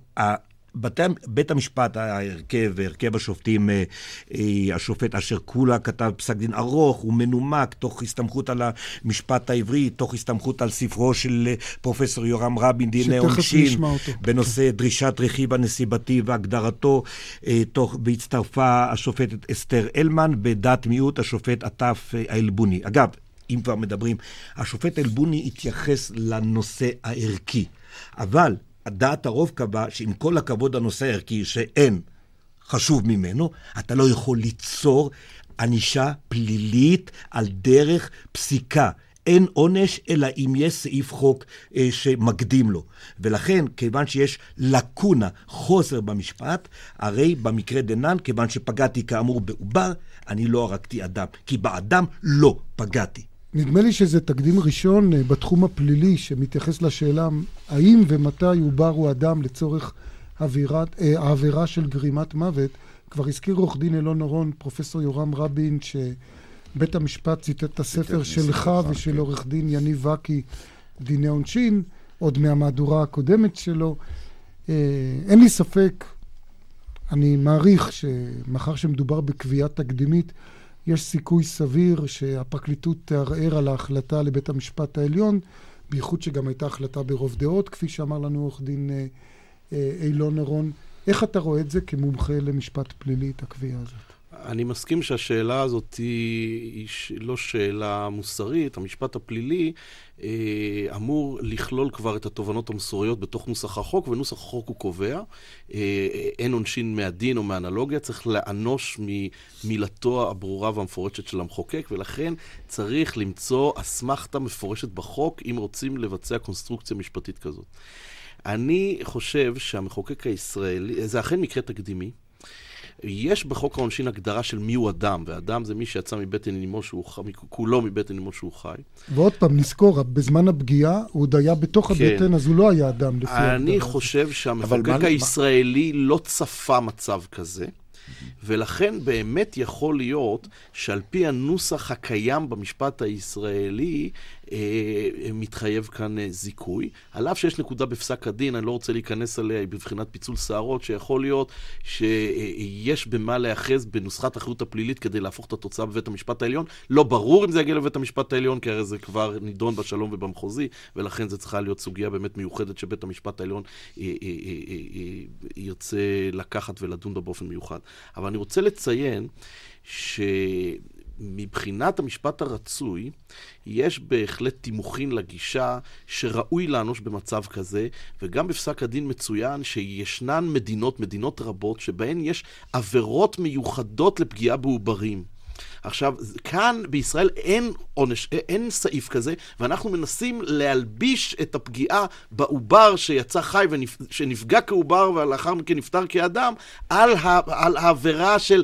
בית המשפט, הרכב השופטים, השופט אשר קולה כתב פסק דין ארוך ומנומק, תוך הסתמכות על המשפט העברי, תוך הסתמכות על ספרו של פרופסור יורם רבין, דיני עונשין, בנושא דרישת רכיב הנסיבתי והגדרתו, והצטרפה השופטת אסתר אלמן, בדעת מיעוט השופט עטף האלבוני. אגב, אם כבר מדברים, השופט אלבוני התייחס לנושא הערכי, אבל דעת הרוב קבע שעם כל הכבוד הנושא הערכי שאין חשוב ממנו, אתה לא יכול ליצור ענישה פלילית על דרך פסיקה. אין עונש אלא אם יש סעיף חוק שמקדים לו. ולכן, כיוון שיש לקונה, חוסר במשפט, הרי במקרה דנן, כיוון שפגעתי כאמור בעובר, אני לא הרגתי אדם, כי באדם לא פגעתי. נדמה לי שזה תקדים ראשון בתחום הפלילי שמתייחס לשאלה האם ומתי עובר הוא אדם לצורך העבירה של גרימת מוות. כבר הזכיר עורך דין אילון אורון, פרופסור יורם רבין, שבית המשפט ציטט את הספר שלך ושל עורך דין יניב וקי, דיני עונשין, עוד מהמהדורה הקודמת שלו. אין לי ספק, אני מעריך שמחר שמדובר בקביעה תקדימית, יש סיכוי סביר שהפרקליטות תערער על ההחלטה לבית המשפט העליון, בייחוד שגם הייתה החלטה ברוב דעות, כפי שאמר לנו עורך דין אילון אורון. איך אתה רואה את זה כמומחה למשפט פלילי, את הקביעה הזאת? אני מסכים שהשאלה הזאת היא לא שאלה מוסרית. המשפט הפלילי אמור לכלול כבר את התובנות המוסריות בתוך נוסח החוק, ונוסח החוק הוא קובע. אין עונשין מהדין או מהאנלוגיה, צריך לאנוש ממילתו הברורה והמפורשת של המחוקק, ולכן צריך למצוא אסמכתה מפורשת בחוק אם רוצים לבצע קונסטרוקציה משפטית כזאת. אני חושב שהמחוקק הישראלי, זה אכן מקרה תקדימי, יש בחוק העונשין הגדרה של מיהו אדם, ואדם זה מי שיצא מבטן אמו שהוא חי, כולו מבטן אמו שהוא חי. ועוד פעם, נזכור, בזמן הפגיעה הוא עוד היה בתוך הבטן, אז הוא לא היה אדם לפי הגדרה. אני חושב שהמחוקק הישראלי לא צפה מצב כזה, ולכן באמת יכול להיות שעל פי הנוסח הקיים במשפט הישראלי מתחייב כאן זיכוי. על אף שיש נקודה בפסק הדין, אני לא רוצה להיכנס עליה, היא בבחינת פיצול שערות, שיכול להיות שיש במה להיאחז בנוסחת האחריות הפלילית כדי להפוך את התוצאה בבית המשפט העליון. לא ברור אם זה יגיע לבית המשפט העליון, כי הרי זה כבר נידון בשלום ובמחוזי, ולכן זה צריכה להיות סוגיה באמת מיוחדת שבית המשפט העליון ירצה לקחת ולדון בה באופן מיוחד. אבל אני רוצה לציין מבחינת המשפט הרצוי, יש בהחלט תימוכין לגישה שראוי לאנוש במצב כזה, וגם בפסק הדין מצוין שישנן מדינות רבות, שבהן יש עבירות מיוחדות לפגיעה בעוברים. עכשיו, כאן בישראל אין סעיף כזה, ואנחנו מנסים להלביש את הפגיעה בעובר שיצא חי שנפגע כעובר ולאחר מכן נפטר כאדם, על העבירה של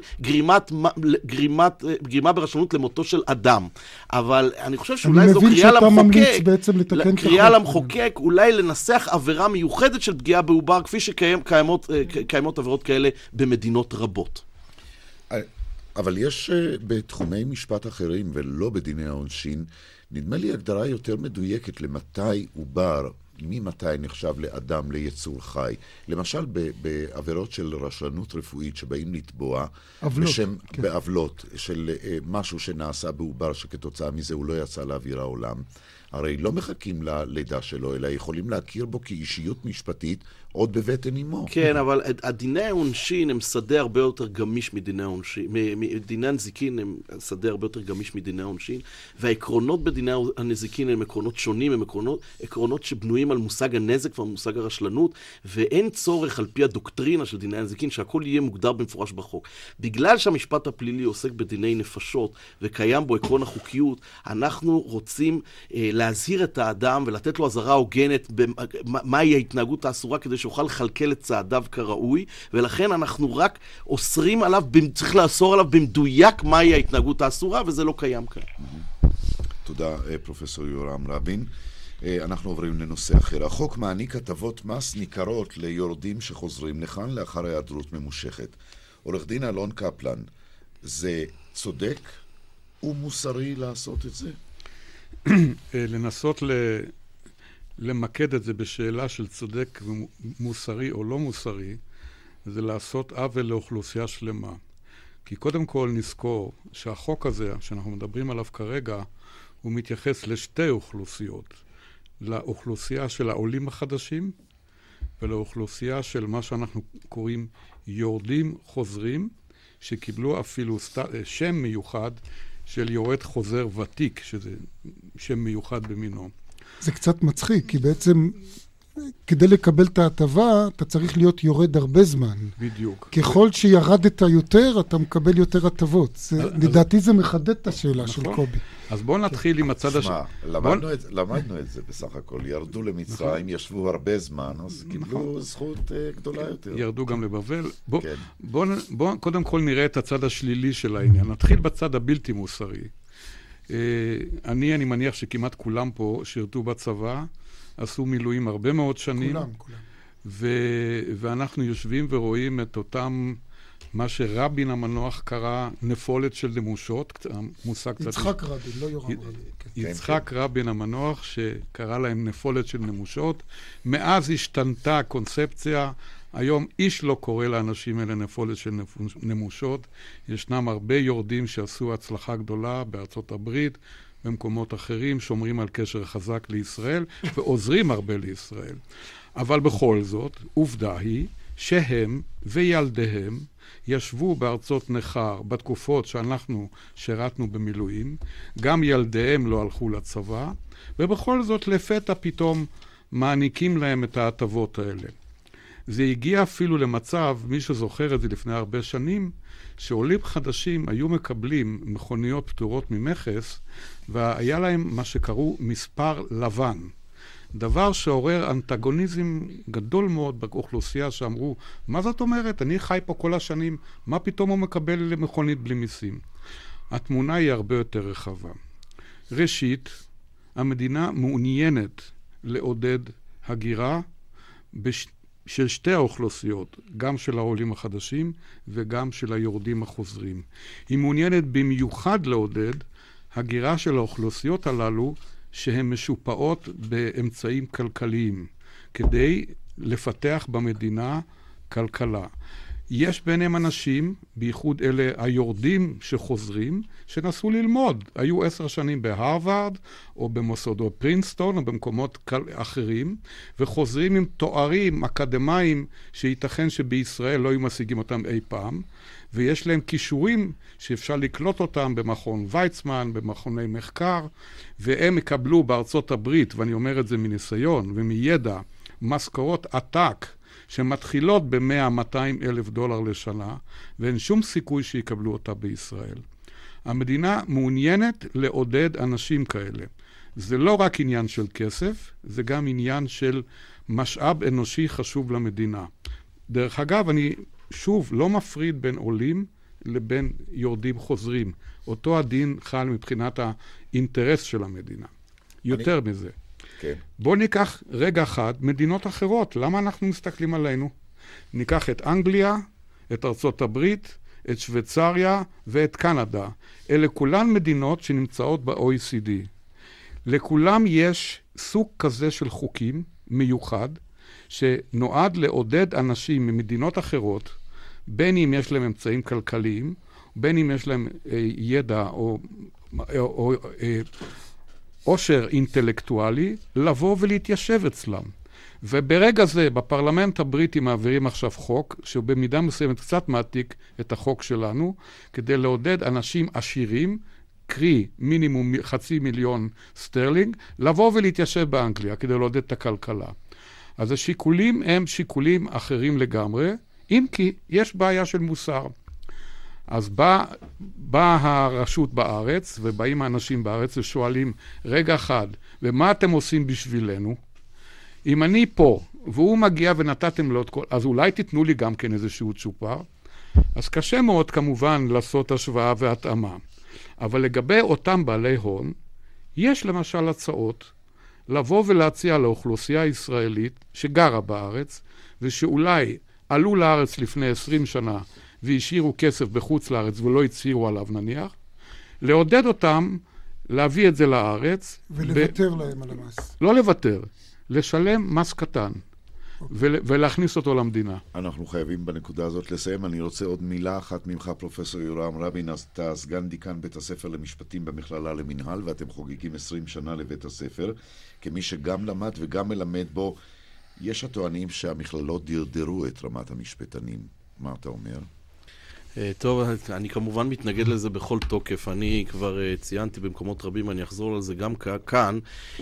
גרימה ברשלנות למותו של אדם. אבל אני חושב שאולי זו קריאה למחוקק, אולי לנסח עבירה מיוחדת של פגיעה בעובר, כפי שקיימות עבירות כאלה במדינות רבות. אבל יש בתחומי משפט אחרים ולא בדיני העונשין, נדמה לי הגדרה יותר מדויקת למתי עובר, ממתי נחשב לאדם ליצור חי. למשל בעבירות של רשלנות רפואית שבאים לתבוע, בעוולות של משהו שנעשה בעובר שכתוצאה מזה הוא לא יצא לאוויר העולם. הרי לא מחכים ללידה שלו, אלא יכולים להכיר בו כאישיות משפטית עוד בבטן אמו. כן, אבל הדיני העונשין הם שדה הרבה יותר גמיש מדיני העונשין. דיני הנזיקין הם שדה הרבה יותר גמיש מדיני העונשין, והעקרונות בדיני הנזיקין הם עקרונות שונים, הם עקרונות שבנויים על מושג הנזק ועל מושג הרשלנות, ואין צורך על פי הדוקטרינה של דיני הנזיקין שהכל יהיה מוגדר במפורש בחוק. בגלל שהמשפט הפלילי עוסק בדיני נפשות וקיים בו עקרון החוקיות, אנחנו רוצים להזהיר את האדם ולתת לו אזהרה הוגנת מהי ההתנהגות האסורה כדי שיוכל לכלכל את צעדיו כראוי, ולכן אנחנו רק אוסרים עליו, צריך לאסור עליו במדויק מהי ההתנהגות האסורה, וזה לא קיים כאן. תודה, פרופסור יורם רבין. אנחנו עוברים לנושא אחר. החוק מעניק הטבות מס ניכרות ליורדים שחוזרים לכאן לאחר היעדרות ממושכת. עורך דין אלון קפלן, זה צודק ומוסרי לעשות את זה? לנסות למקד את זה בשאלה של צודק מוסרי או לא מוסרי, זה לעשות עוול לאוכלוסייה שלמה. כי קודם כל נזכור שהחוק הזה שאנחנו מדברים עליו כרגע, הוא מתייחס לשתי אוכלוסיות. לאוכלוסייה של העולים החדשים, ולאוכלוסייה של מה שאנחנו קוראים יורדים חוזרים, שקיבלו אפילו שם מיוחד של יורד חוזר ותיק, שזה שם מיוחד במינו. זה קצת מצחיק, כי בעצם כדי לקבל את ההטבה, אתה צריך להיות יורד הרבה זמן. בדיוק. ככל שירדת יותר, אתה מקבל יותר הטבות. לדעתי זה מחדד את השאלה של קובי. אז בואו נתחיל עם הצד השני. למדנו את זה בסך הכל. ירדו למצרים, ישבו הרבה זמן, אז קיבלו זכות גדולה יותר. ירדו גם לבבל. בואו קודם כל נראה את הצד השלילי של העניין. נתחיל בצד הבלתי מוסרי. אני מניח שכמעט כולם פה שירתו בצבא, עשו מילואים הרבה מאוד שנים. כולם. ואנחנו יושבים ורואים את אותם, מה שרבין המנוח קרא נפולת של נמושות, המושג יצחק רבין, לא יורם רבין. יצחק רבין המנוח שקרא להם נפולת של נמושות. מאז השתנתה הקונספציה, היום איש לא קורא לאנשים אלה נפולת של נמושות. ישנם הרבה יורדים שעשו הצלחה גדולה בארצות הברית, במקומות אחרים, שומרים על קשר חזק לישראל, ועוזרים הרבה לישראל. אבל בכל זאת, עובדה היא שהם וילדיהם ישבו בארצות נחר בתקופות שאנחנו שירתנו במילואים, גם ילדיהם לא הלכו לצבא, ובכל זאת לפתע פתאום מעניקים להם את ההטבות האלה. זה הגיע אפילו למצב, מי שזוכר את זה לפני הרבה שנים, שעולים חדשים היו מקבלים מכוניות פטורות ממכס, והיה להם מה שקראו מספר לבן. דבר שעורר אנטגוניזם גדול מאוד באוכלוסייה שאמרו, מה זאת אומרת? אני חי פה כל השנים, מה פתאום הוא מקבל מכונית בלי מיסים? התמונה היא הרבה יותר רחבה. ראשית, המדינה מעוניינת לעודד הגירה של שתי האוכלוסיות, גם של העולים החדשים וגם של היורדים החוזרים. היא מעוניינת במיוחד לעודד הגירה של האוכלוסיות הללו שהן משופעות באמצעים כלכליים, כדי לפתח במדינה כלכלה. יש ביניהם אנשים, בייחוד אלה היורדים שחוזרים, שנסו ללמוד. היו 10 שנים בהרווארד, או במוסדות פרינסטון, או במקומות אחרים, וחוזרים עם תוארים אקדמיים שייתכן שבישראל לא היו משיגים אותם אי פעם, ויש להם כישורים שאפשר לקלוט אותם במכון ויצמן, במכוני מחקר, והם יקבלו בארצות הברית, ואני אומר את זה מניסיון ומידע, משכורות עתק, שמתחילות ב$100-200 אלף לשנה, ואין שום סיכוי שיקבלו אותה בישראל. המדינה מעוניינת לעודד אנשים כאלה. זה לא רק עניין של כסף, זה גם עניין של משאב אנושי חשוב למדינה. דרך אגב, אני שוב לא מפריד בין עולים לבין יורדים חוזרים. אותו הדין חל מבחינת האינטרס של המדינה. יותר מזה. כן. בואו ניקח רגע אחד מדינות אחרות. למה אנחנו מסתכלים עלינו? ניקח את אנגליה, את ארצות הברית, את שוויצריה ואת קנדה. אלה כולן מדינות שנמצאות ב-OECD. לכולם יש סוג כזה של חוקים מיוחד, שנועד לעודד אנשים ממדינות אחרות, בין אם יש להם אמצעים כלכליים, בין אם יש להם ידע או עושר אינטלקטואלי, לבוא ולהתיישב אצלם. וברגע זה, בפרלמנט הבריטי מעבירים עכשיו חוק, שבמידה מסוימת קצת מעתיק את החוק שלנו, כדי לעודד אנשים עשירים, קרי מינימום 500,000 סטרלינג, לבוא ולהתיישב באנגליה, כדי לעודד את הכלכלה. אז השיקולים הם שיקולים אחרים לגמרי, אם כי יש בעיה של מוסר. אז באה הרשות בארץ, ובאים האנשים בארץ ושואלים, רגע אחד, ומה אתם עושים בשבילנו? אם אני פה, והוא מגיע ונתתם לו את כל, אז אולי תיתנו לי גם כן איזשהו צ'ופר. אז קשה מאוד כמובן לעשות השוואה והתאמה. אבל לגבי אותם בעלי הון, יש למשל הצעות לבוא ולהציע לאוכלוסייה הישראלית שגרה בארץ, ושאולי עלו לארץ לפני 20 שנה, והשאירו כסף בחוץ לארץ ולא הצהירו עליו נניח, לעודד אותם להביא את זה לארץ. ולוותר להם על המס. לא לוותר, לשלם מס קטן, ולהכניס אותו למדינה. אנחנו חייבים בנקודה הזאת לסיים. אני רוצה עוד מילה אחת ממך, פרופסור יורם רבין. אתה סגן דיקן בית הספר למשפטים במכללה למנהל, ואתם חוגגים 20 שנה לבית הספר. כמי שגם למד וגם מלמד בו, יש הטוענים שהמכללות דרדרו את רמת המשפטנים. מה אתה אומר? טוב, אני כמובן מתנגד לזה בכל תוקף. אני כבר ציינתי במקומות רבים, אני אחזור על זה גם כאן.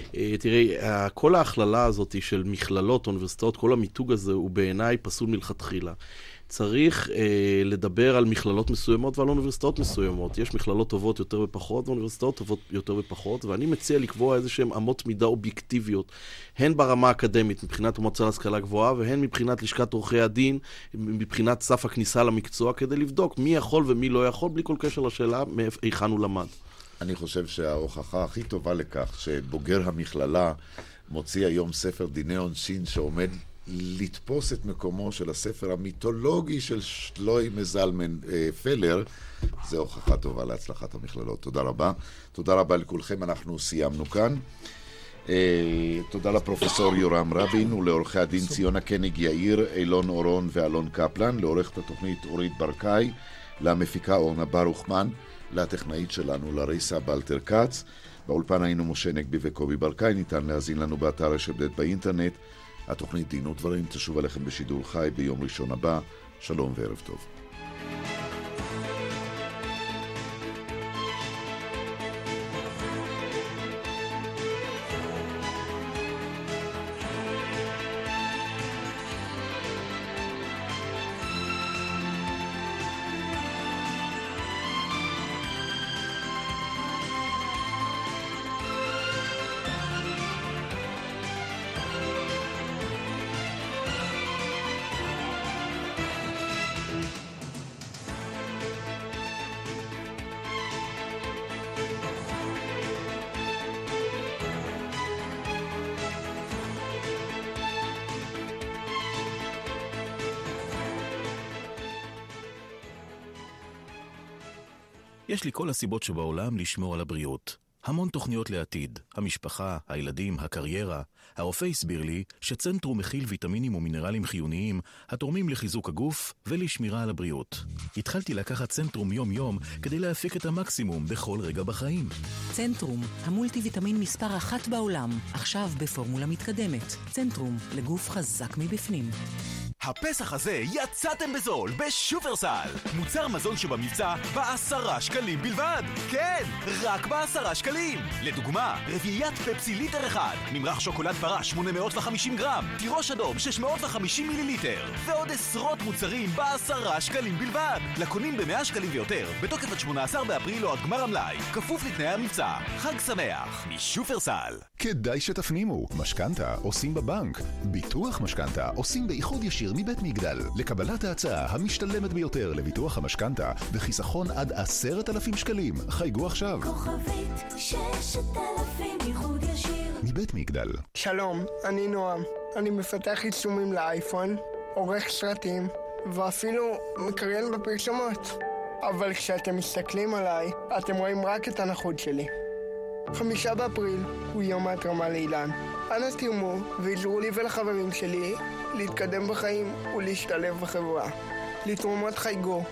תראי, כל ההכללה הזאת של מכללות, אוניברסיטאות, כל המיתוג הזה הוא בעיניי פסול מלכתחילה. צריך לדבר על מכללות מסוימות ועל אוניברסיטאות מסוימות. יש מכללות טובות יותר ופחות, ואוניברסיטאות טובות יותר ופחות, ואני מציע לקבוע איזשהם אמות מידה אובייקטיביות, הן ברמה האקדמית, מבחינת המועצה להשכלה גבוהה, והן מבחינת לשכת עורכי הדין, מבחינת סף הכניסה למקצוע, כדי לבדוק מי יכול ומי לא יכול, בלי כל קשר לשאלה היכן הוא למד. אני חושב שההוכחה הכי טובה לכך שבוגר המכללה מוציא היום ספר דיני עונשין שעומד לתפוס את מקומו של הספר המיתולוגי של שלוי זלמן פלר, זה הוכחה טובה להצלחת המכללות. תודה רבה. תודה רבה לכולכם, אנחנו סיימנו כאן. תודה לפרופסור יורם רבין ולעורכי הדין ציונה קניג יאיר, אילון אורון ואלון קפלן, לעורכת התוכנית אורית ברקאי, למפיקה אורנה ברוכמן, לטכנאית שלנו לריסה בלטר קץ. באולפן היינו משה נגבי וקובי ברקאי. ניתן להזין לנו באתר רשת ב' באינטרנט. התוכנית דין ודברים תשוב עליכם בשידור חי ביום ראשון הבא. שלום וערב טוב. יש לי כל הסיבות שבעולם לשמור על הבריאות. המון תוכניות לעתיד, המשפחה, הילדים, הקריירה. הרופא הסביר לי שצנטרום מכיל ויטמינים ומינרלים חיוניים התורמים לחיזוק הגוף ולשמירה על הבריאות. התחלתי לקחת צנטרום יום-יום כדי להפיק את המקסימום בכל רגע בחיים. צנטרום, המולטי ויטמין מספר 1 בעולם, עכשיו בפורמולה מתקדמת. צנטרום, לגוף חזק מבפנים. הפסח הזה יצאתם בזול בשופרסל. מוצר מזון שבמבצע ב10 שקלים בלבד. כן, רק ב10 שקלים. לדוגמה, רביעיית פפסי ליטר אחד, ממרח שוקולד פרה 850 גרם, תירוש אדום 650 מיליליטר, ועוד עשרות מוצרים ב10 שקלים בלבד. לקונים ב100 שקלים ויותר, בתוקף עד 18 באפריל או עד גמר המלאי, כפוף לתנאי המבצע. חג שמח משופרסל. כדאי שתפנימו, משכנתה עושים בבנק, ביטוח משכנתה עושים באיחוד ישיר מבית מגדל. לקבלת ההצעה המשתלמת ביותר לביטוח המשכנתה וחיסכון עד 10,000 שקלים, חייגו עכשיו. כוכבית 6,000 איחוד ישיר מבית מגדל. שלום, אני נועם. אני מפתח יישומים לאייפון, עורך סרטים ואפילו מקריין בפרסומות. אבל כשאתם מסתכלים עליי, אתם רואים רק את הנחות שלי. 5 באפריל הוא יום ההתרמה לאילן. אנא תרמו ועזרו לי ולחברים שלי להתקדם בחיים ולהשתלב בחברה. לתרומות חייגו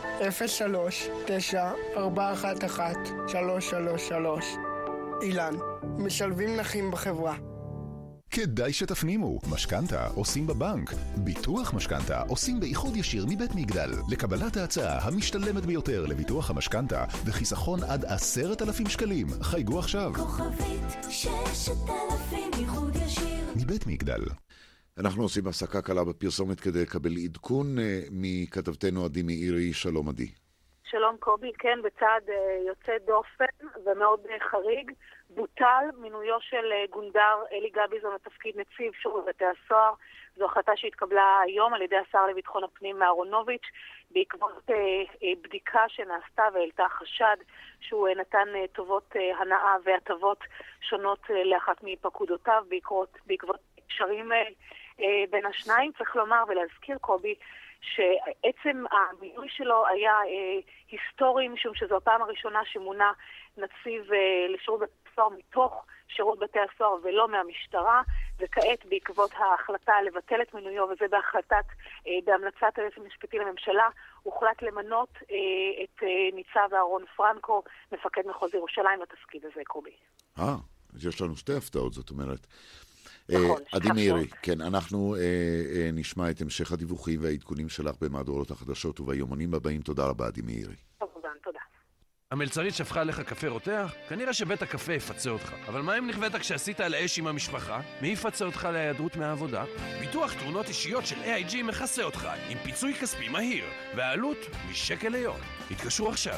03-9-411-333. אילן, משלבים נכים בחברה. כדאי שתפנימו, משכנתה עושים בבנק, ביטוח משכנתה עושים באיחוד ישיר מבית מגדל. לקבלת ההצעה המשתלמת ביותר לביטוח המשכנתה וחיסכון עד 10,000 שקלים, חייגו עכשיו. כוכבית 6,000 איחוד ישיר מבית מגדל. אנחנו עושים הפסקה קלה בפרסומת כדי לקבל עדכון מכתבתנו עדי מאירי. שלום עדי. שלום קובי, כן, בצעד יוצא דופן ומאוד חריג, בוטל מינויו של גונדר אלי גביזון לתפקיד נציב שירות בתי הסוהר. זו החלטה שהתקבלה היום על ידי השר לביטחון הפנים אהרונוביץ' בעקבות בדיקה שנעשתה והעלתה חשד שהוא נתן טובות הנאה והטבות שונות לאחת מפקודותיו בעקבות קשרים בין השניים. צריך לומר ולהזכיר קובי שעצם המינוי שלו היה היסטורי, משום שזו הפעם הראשונה שמונה נציב לשירות בתי הסוהר מתוך שירות בתי הסוהר ולא מהמשטרה, וכעת בעקבות ההחלטה לבטל את מינויו, וזה בהמלצת היועץ המשפטי לממשלה, הוחלט למנות את ניצב אהרון פרנקו, מפקד מחוז ירושלים, לתפקיד הזה, קובי. אז יש לנו שתי הפתעות, זאת אומרת. נכון, עדי מאירי, כן, אנחנו נשמע את המשך הדיווחים והעדכונים שלך במהדורות החדשות וביומנים הבאים. תודה רבה, עדי מאירי. תודה. המלצרית שפכה עליך קפה רותח? כנראה שבית הקפה יפצה אותך. אבל מה אם נכווית כשעשית על אש עם המשפחה? מי יפצה אותך להיעדרות מהעבודה? ביטוח תאונות אישיות של AIG מכסה אותך עם פיצוי כספי מהיר, והעלות משקל ליום. התקשרו עכשיו.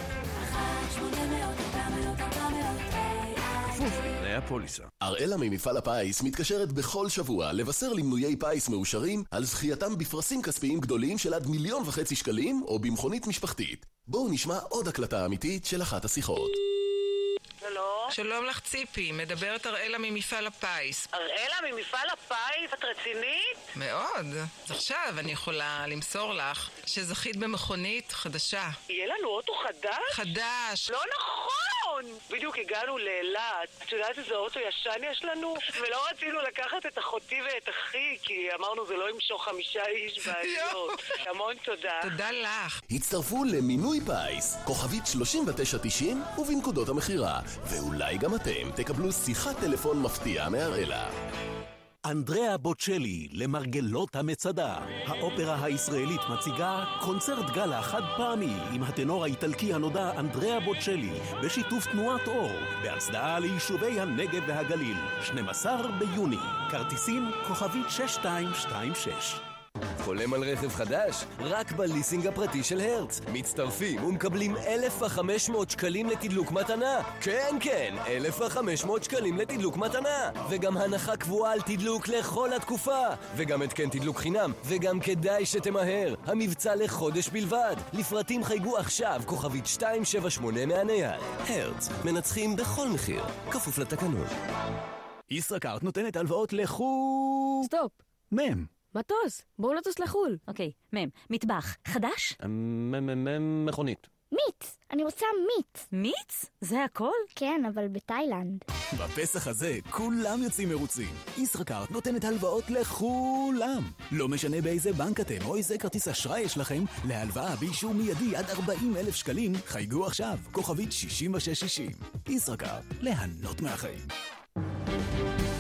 1-800-400-400 תנאי הפוליסה. אראלה ממפעל הפיס מתקשרת בכל שבוע לבשר למנויי פיס מאושרים על זכייתם בפרסים כספיים גדולים של עד 1.5 מיליון שקלים או במכונית משפחתית. בואו נשמע עוד הקלטה אמיתית של אחת השיחות. שלום לך ציפי, מדברת אראלה ממפעל הפיס. אראלה ממפעל הפיס? את רצינית? מאוד. אז עכשיו אני יכולה למסור לך שזכית במכונית חדשה. יהיה לנו אוטו חדש? חדש. לא נכון! בדיוק הגענו לאילת. את יודעת איזה אוטו ישן יש לנו? ולא רצינו לקחת את אחותי ואת אחי, כי אמרנו זה לא ימשוך 5 איש בעליות. המון תודה. תודה לך. הצטרפו למינוי פיס, כוכבית 3990 ובנקודות המחירה. ואולי גם אתם תקבלו שיחת טלפון מפתיע מאראלה. אנדריאה בוצ'לי למרגלות המצדה. האופרה הישראלית מציגה קונצרט גלה חד פעמי עם הטנור האיטלקי הנודע אנדריאה בוצ'לי בשיתוף תנועת אור בהצדעה ליישובי הנגב והגליל. 12 ביוני. כרטיסים כוכבית 6226. חולם על רכב חדש? רק בליסינג הפרטי של הרץ. מצטרפים ומקבלים 1,500 שקלים לתדלוק מתנה. כן, 1,500 שקלים לתדלוק מתנה. וגם הנחה קבועה על תדלוק לכל התקופה. וגם התקן תדלוק חינם. וגם כדאי שתמהר. המבצע לחודש בלבד. לפרטים חייגו עכשיו כוכבית 278 מהנייד. הרץ, מנצחים בכל מחיר. כפוף לתקנון. ישראכרט נותנת הלוואות לחו"ל. סטופ. מם. מטוס, בואו נטוס לחול. אוקיי, מם, מטבח, חדש? מכונית. מיץ, אני רוצה מיץ. מיץ? זה הכל? כן, אבל בתאילנד. בפסח הזה כולם יוצאים מרוצים. ישראכרט נותנת הלוואות לכולם. לא משנה באיזה בנק אתם או איזה כרטיס אשראי יש לכם, להלוואה באישור מיידי עד 40,000 שקלים, חייגו עכשיו, כוכבית 6660. ישראכרט, ליהנות מהחיים.